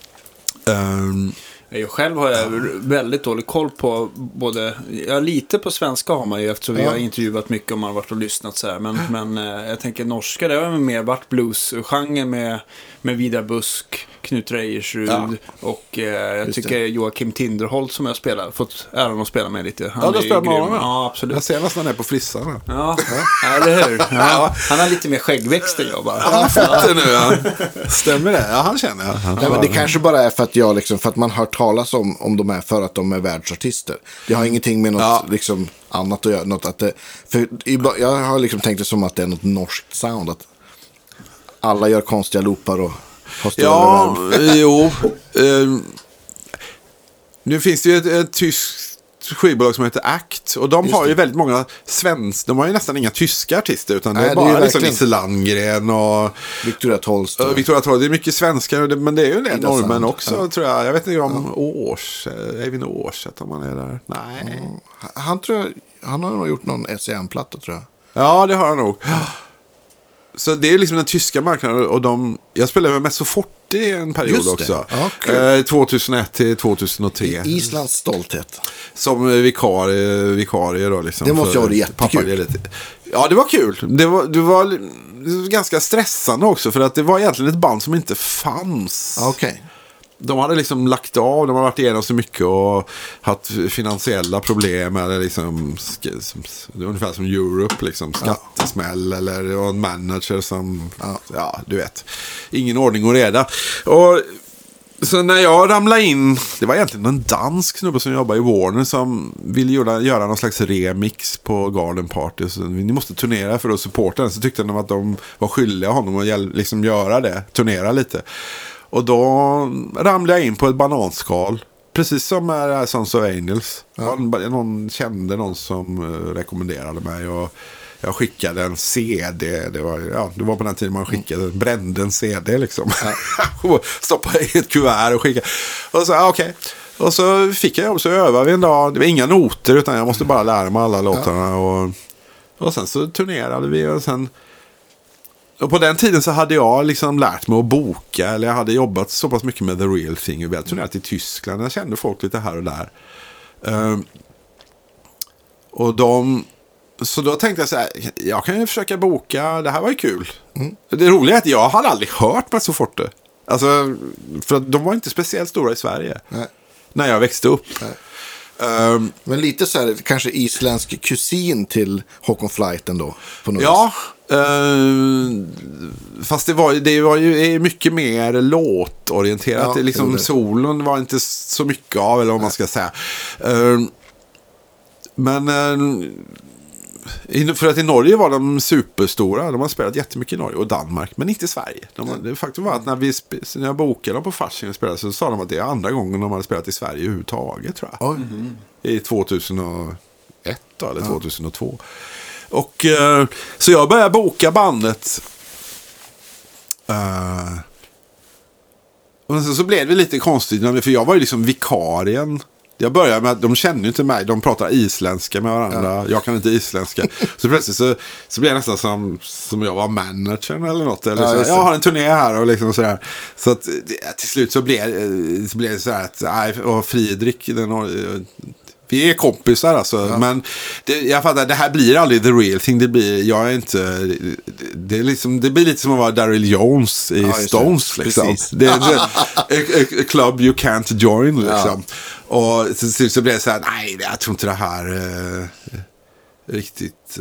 Um, Jag själv har jag väldigt dålig koll på både, ja, lite på svenska har man ju eftersom ja. vi har intervjuat mycket om man har varit och lyssnat så här, men, men eh, jag tänker norska, det har mer varit blues-genren med, med Vidar Busk, Knut Rejersrud ja. och eh, jag Just tycker det. Joakim Tinderholt som jag spelar, fått äran att spela med lite. Han ja, det spelar man med. Ja, absolut. Jag ser nästan det på Frissarna. Ja, ja. Eller hur? Ja. Han har lite mer skäggväxt än jag bara. Han har fått det nu, ja. Stämmer det? Ja, han känner jag. Han Nej, men det kanske bara är för att jag liksom, för att man hört talas om, om de är för att de är världsartister. Det har ingenting med något ja. liksom annat att göra. Något att det, för jag har liksom tänkt det som att det är något norskt sound. Att alla gör konstiga loopar och har större ja, värld. Jo. Um, nu finns det ju ett, ett tyskt skivbolag som heter Act. Och de Just har ju det. väldigt många svenska. De har ju nästan inga tyska artister. Utan Nej, det är det är bara ju liksom verkligen- Nisse Landgren och Victoria Tolstoy. uh, Victoria Tolstoy. Det är mycket svenskar. Men det är ju en del Intressant. norrmän också, Ja. tror jag. Jag vet inte om Års, Eivind Årset, om man är där. Nej. Mm. Han, tror jag, han har nog gjort någon S E M-platta, tror jag. Ja, det har han nog. Så det är liksom den tyska marknaden. Och de, jag spelade med Mezzo Forte i en period Just det. också. Ja, kul. eh, tjugohundraett till tjugohundratre. Islands stolthet. Som vikarie, vikarie då liksom. Det måste för ju ha varit jättekul. pappaledigt. Ja, det var kul. Det var, det var det var ganska stressande också. För att det var egentligen ett band som inte fanns. Ja, Okej. De hade liksom lagt av, de har varit igenom så mycket och haft finansiella problem. Eller liksom, det är ungefär som Europe, liksom, skattesmäll. Ja. Eller det var en manager som, ja. ja, du vet, ingen ordning och reda. Och så när jag ramlade in, det var egentligen en dansk snubbe som jobbar i Warner som ville göra, göra någon slags remix på Garden Party. Så ni måste turnera för att supporta den. Så tyckte de att de var skyldiga honom att liksom göra det, turnera lite. Och då ramlade jag in på ett bananskal. Precis som med Sons of Angels. Ja. Någon kände någon som uh, rekommenderade mig. Och jag skickade en C D. Det var, ja, det var på den tiden man skickade, mm. brände en C D liksom. Ja. Stoppade i ett kuvert och skickade. Och så, ja, okej. Okay. Och så fick jag jobb, så övade vi en dag. Det var inga noter, utan jag måste bara lära mig alla låtarna. Ja. Och, och sen så turnerade vi och sen... Och på den tiden så hade jag liksom lärt mig att boka. Eller jag hade jobbat så pass mycket med The Real Thing. Vi hade turnerat i Tyskland. Jag kände folk lite här och där. Um, och de... Så då tänkte jag så här, jag kan ju försöka boka, det här var ju kul. Mm. Det roliga är att jag hade aldrig hört Mezzo Forte. Alltså, för att de var inte speciellt stora i Sverige. Nej. När jag växte upp. Um, Men lite så här, kanske isländsk kusin till Håkon Flight ändå. På något ja, uh, fast det var, det var ju mycket mer låtorienterat. Ja, liksom, det. Solon var inte så mycket av, eller vad man ska säga. Uh, men... Uh, för att i Norge var de superstora. De har spelat jättemycket i Norge och Danmark, men inte i Sverige. De, mm. Det faktum var att när, vi, när jag bokade dem på Fasching och spelade, så sa de att det är andra gången de hade spelat i Sverige överhuvudtaget, tror jag. Mm. I tjugohundraett då, eller ja. tjugohundratvå. Och uh, så jag började boka bandet. Uh, och så, så blev det lite konstigt, för jag var ju liksom vikarien. Jag började med att de känner ju inte mig. De pratar isländska med varandra. Ja. Jag kan inte isländska. Så plötsligt så, så blev det nästan som, som jag var managern eller något. Eller ja, så, jag har en turné här och liksom sådär. Så att till slut så blev, så blev det så här att nej, och Fridrik, den, vi är kompisar alltså. Ja. Men det, jag fattar, det här blir aldrig the real thing. Det blir, jag är inte, det, är liksom, det blir lite som att vara Daryl Jones i ja, Stones det. Liksom. Det är a, a club you can't join liksom. Ja. Och till slut så blev det så här, nej, jag tror inte det här eh, riktigt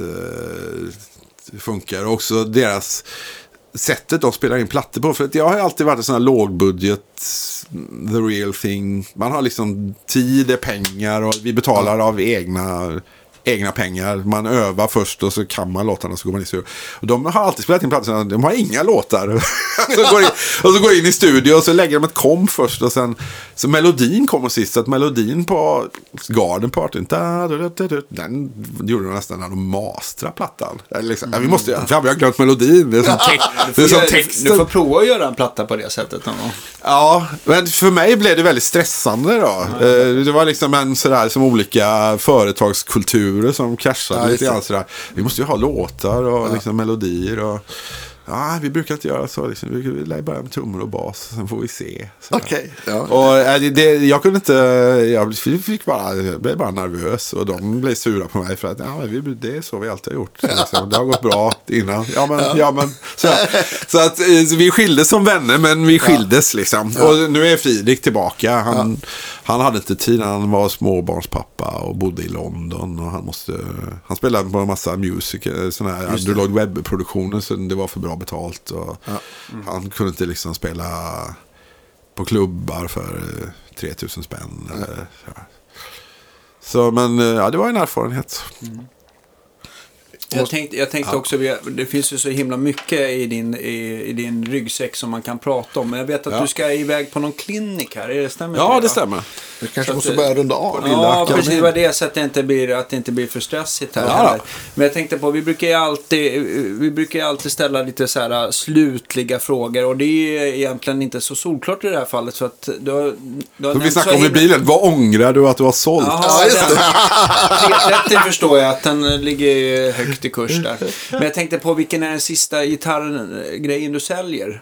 eh, funkar. Och också deras sättet de spelar in plattor på. För att jag har alltid varit en sån här lågbudget, the real thing. Man har liksom tid, är pengar och vi betalar av egna... egna pengar. Man övar först och så kan man låtarna, så går man in i studio. Och de har alltid spelat in plattor, de har inga låtar. så går in, och så går in i studio och så lägger de ett kom först och sen så melodin kommer sist, så att melodin på Garden Party, den gjorde de nästan när de mastrade plattan. Liksom, mm. Vi måste ju, vi har glömt melodin. Det är som, te- det är som texten. Du får prova att göra en platta på det sättet någon gång. Ja, men för mig blev det väldigt stressande då. Mm. Det var liksom en sådär som olika företagskulturer som kraschade ja, lite grann sådär. Vi måste ju ha låtar och ja. liksom melodier och ja, vi brukar inte göra så liksom. Vi lägger bara med trummor och bas, sen får vi se. Okej. Okay. Ja. Och äh, det, jag kunde inte, jag fick bara, jag blev bara nervös och de blev sura på mig för att ja, vi, det är så vi alltid har gjort. Så, liksom, det har gått bra innan. Ja, men, ja. ja, men så, så att så vi skildes som vänner, men vi skildes ja. liksom. Ja. Och nu är Fridrik tillbaka. Han, ja. han hade inte tid, han var småbarnspappa och bodde i London och han måste, han spelade på en massa music, sådana här underlog webbproduktioner, så det var för bra betalt och ja. mm. han kunde inte liksom spela på klubbar för tre tusen spänn ja. eller, så. så men ja, det var en erfarenhet. Mm. Jag tänkte, jag tänkte Ja. också, det finns ju så himla mycket i din, i, i din ryggsäck som man kan prata om. Men jag vet att Ja. du ska iväg på någon klinik här, är det stämmer? Ja, det va? stämmer. Vi kanske Så måste att- börja runda av. Ja, Akademin. precis. Det var det, så att det inte blir, att det inte blir för stressigt här Ja, heller. då. Men jag tänkte på, vi brukar ju alltid, vi brukar ju alltid ställa lite så här slutliga frågor. Och det är egentligen inte så solklart i det här fallet. Så att du har, du har Så vi nämnt så snackade om i himla- bilen. Vad ångrar du att du har sålt? Jaha, just den, tre trettio förstår jag att den ligger högt i kurs där. Men jag tänkte på, vilken är den sista gitarrgrejen du säljer?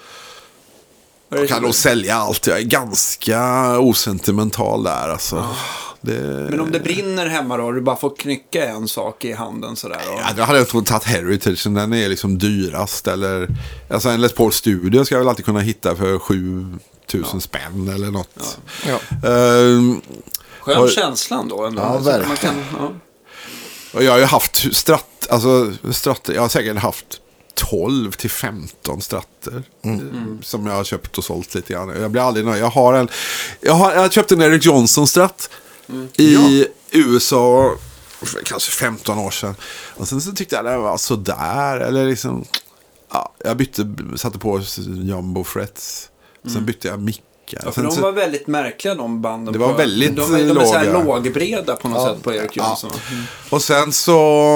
Vad är det Jag kan som- nog sälja allt. Jag är ganska osentimental där. Alltså. Det... Men om det brinner hemma då, och du bara får knycka en sak i handen sådär. Och... Ja, då hade jag tagit Heritage. Den är liksom dyrast. Eller, alltså en Les Paul Studio ska jag väl alltid kunna hitta för sju tusen spänn eller något. Ja. Ehm, Skön och- känslan då ändå. Ja, Så att verkligen. man kan, ja. och jag har ju haft stratt, alltså stratter, jag har säkert haft tolv till femton stratter mm. som jag har köpt och sålt lite grann. Jag blir aldrig nöjd. Jag har en, jag har, jag har köpt en Eric Johnson stratt mm. i ja. U S A för kanske femton år sedan. Och sen så tyckte jag det var sådär, eller liksom, ja, jag bytte, satte på Jumbo Frets. Sen Mm. bytte jag mick. Ja, för sen de så, var väldigt märkliga, de banden. Det var på, väldigt de, de, de är så här låga. lågbreda på något Ja. sätt på Eric Johnson. Ja. Mm. Och sen så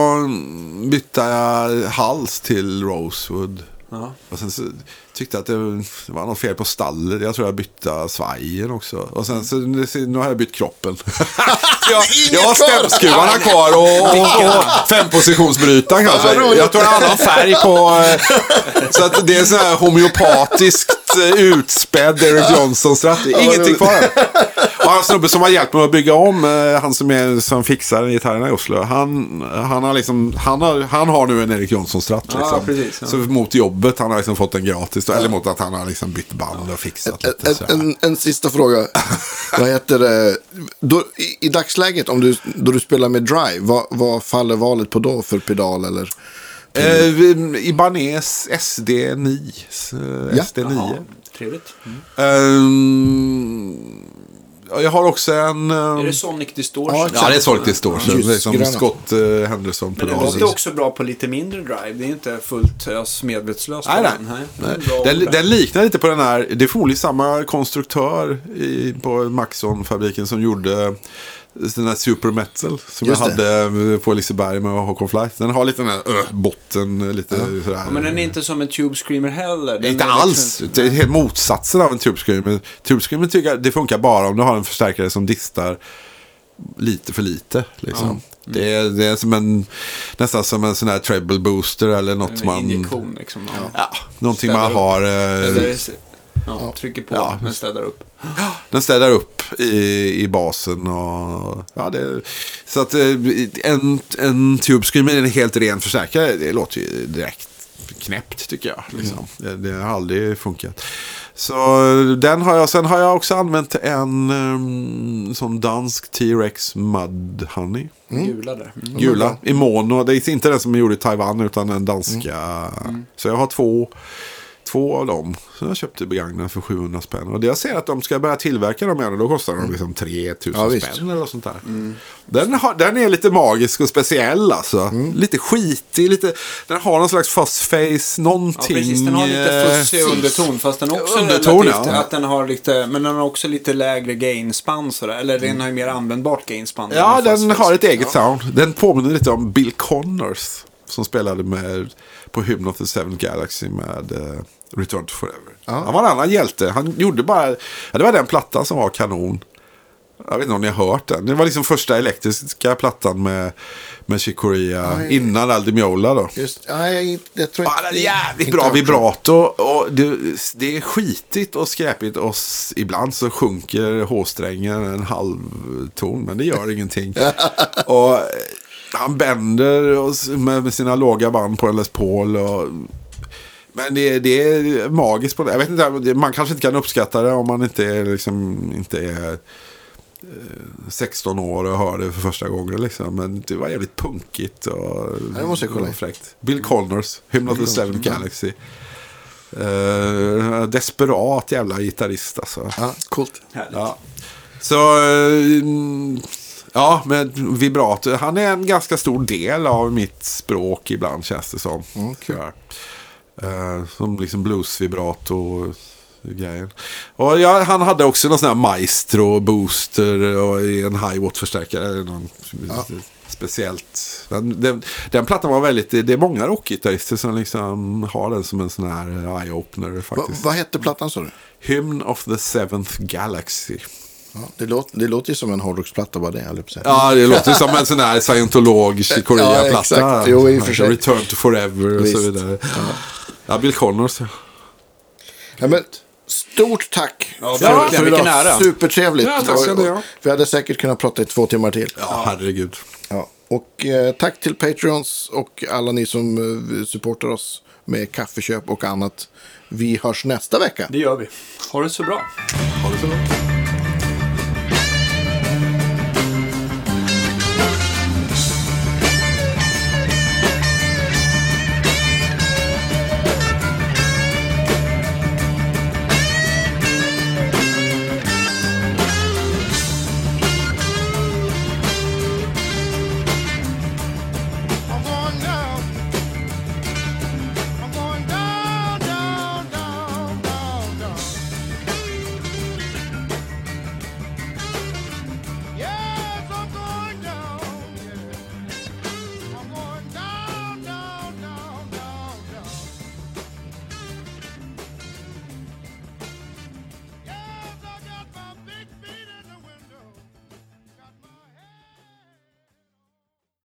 bytte jag hals till Rosewood. Ja. Och sen så tyckte jag att det var något fel på stallet. Jag tror jag bytte svajen också. Och sen så nu har jag bytt kroppen. jag, jag har stämskruvarna kvar och, och, och fempositionsbrytaren kanske. Jag tror en annan färg på. Så att det är så här homeopatiskt utspädd Eric Johnson-stratt. Ingenting kvar. Och han snubbe som har hjälpt mig att bygga om, han som är som fixar gitarrerna i Oslo, han, han har liksom han har, han har nu en Eric Johnson-stratt liksom. Ja, precis, ja. Så mot jobbet, han har liksom fått den gratis då, eller mot att han har liksom bytt band och fixat lite En, sådär. en, en sista fråga. Vad heter det? Då, i, I dagsläget, om du, då du spelar med drive, vad, vad faller valet på då för pedal eller? Eh, Ibanez S D nio. eh, Ja. S D nio. Jaha, trevligt. Mm. Ehm, jag har också en... ehm, Är det Sonic Distortion? Ja, ja, det är Sonic Distortion. Just Det är som gröna. Scott eh, Henderson på Men den basen. låter också bra på lite mindre drive. Det är inte fullt ös medvetslöst. Nej, nej. Nej. Nej. Bra Den, ord. den liknar lite på den här, det är förmodligen samma konstruktör i, på Maxon-fabriken som gjorde den här Super Metal som Just jag det. hade på Liseberg med Håkon Flight. Den har lite den här ö, botten, lite sådär. Ja, men den är inte som en Tube Screamer heller. Den Inte är alls. liksom- Det är helt motsatsen av en Tube Screamer. Tube Screamer tycker jag, det funkar bara om du har en förstärkare som distar lite för lite. Liksom. Mm. Det, är, det är som en, nästan som en sån här treble booster eller något En man... injektion liksom. Ja. Ja, någonting Städar man upp. har... Eller, Eh, ja, trycker på, Ja. men städar upp. den städar upp i, i basen och... Ja, det, så att eh, en, en Tube Screamer är en helt ren förstärkare. Det låter ju direkt knäppt tycker jag. Liksom. Mm. Det, det har aldrig funkat. Så den har jag. Sen har jag också använt en um, sån dansk T-Rex Mud Honey. Gula där. Mm. Gula i mono. Det är inte den som är gjord i Taiwan utan den danska. Mm. Så jag har två, två av dem. Så jag köpte begagnade för sjuhundra spänn. Och det jag ser att de ska börja tillverka dem igen. Och då kostar de liksom tre tusen Ja, visst. spänn eller något sånt där. Mm. Den, har, den är lite magisk och speciell alltså. Mm. Lite skitig. Lite, den har någon slags fussface. Ja, Någonting. precis. Den har lite eh, fussig underton, fast den också Underton, relativt, ja. att den har lite, men den har också lite lägre gainspann sådär, eller den har ju mer användbart gainspann. Ja, än den fastface. har ett eget ja. sound. Den påminner lite om Bill Connors som spelade med på Hymn of the Seven Galaxy med uh, Return to Forever. Ja. Han var en annan hjälte. Han gjorde bara, ja, det var den plattan som var kanon. Jag vet inte om ni har hört den. Det var liksom första elektriska plattan med, med Chick Corea Nej. innan Al Di Meola då. Just, nej, jag tror Ja, inte... det är jävligt inte bra hört det. vibrato och det, det är skitigt och skräpigt och s- ibland så sjunker H-strängen en halv ton, men det gör ingenting. Och eh, han bänder och, s- med, med sina låga band på en Les Paul och, men det, det är magiskt på det. Jag vet inte, man kanske inte kan uppskatta det om man inte är, liksom, inte är sexton år och hör det för första gången liksom. Men det var jävligt punkigt och det måste jag kolla in. fräckt. Bill Connors, Hymn of the Seven Galaxy. Uh, desperat jävla gitarrist alltså. Ja, coolt. Härligt. Ja. Så uh, Ja, men vibrato. Han är en ganska stor del av mitt språk ibland, känns det som. Mm, cool. uh, som liksom bluesvibrato grejen. Och ja, han hade också någon sån här maestro booster och en hi-watt-förstärkare. Någon Ja. speciellt. Den, den, den plattan var väldigt, det är många rockgitarrister som liksom har den som en sån här eye-opener Va, faktiskt. vad hette plattan, sa du? Hymn of the Seventh Galaxy. Ja, det, låter, det låter ju som en hårdrocksplatta bara det, jag höll på att säga. Ja, det låter som en sån här scientolog Korea-platta. Ja, exakt. Jo, i och för sig. Return to Forever och Visst. så vidare. Ja, ja Bill Connors. Ja, men, stort tack Ja, för, verkligen. för Vilken idag. ära. Supertrevligt. Ja, tack ska Och- ni och ha. Vi hade säkert kunnat prata i två timmar till. Ja, herregud. Ja. Och eh, tack till Patreons och alla ni som eh, supportar oss med kaffeköp och annat. Vi hörs nästa vecka. Det gör vi. Ha det så bra. Ha det så bra.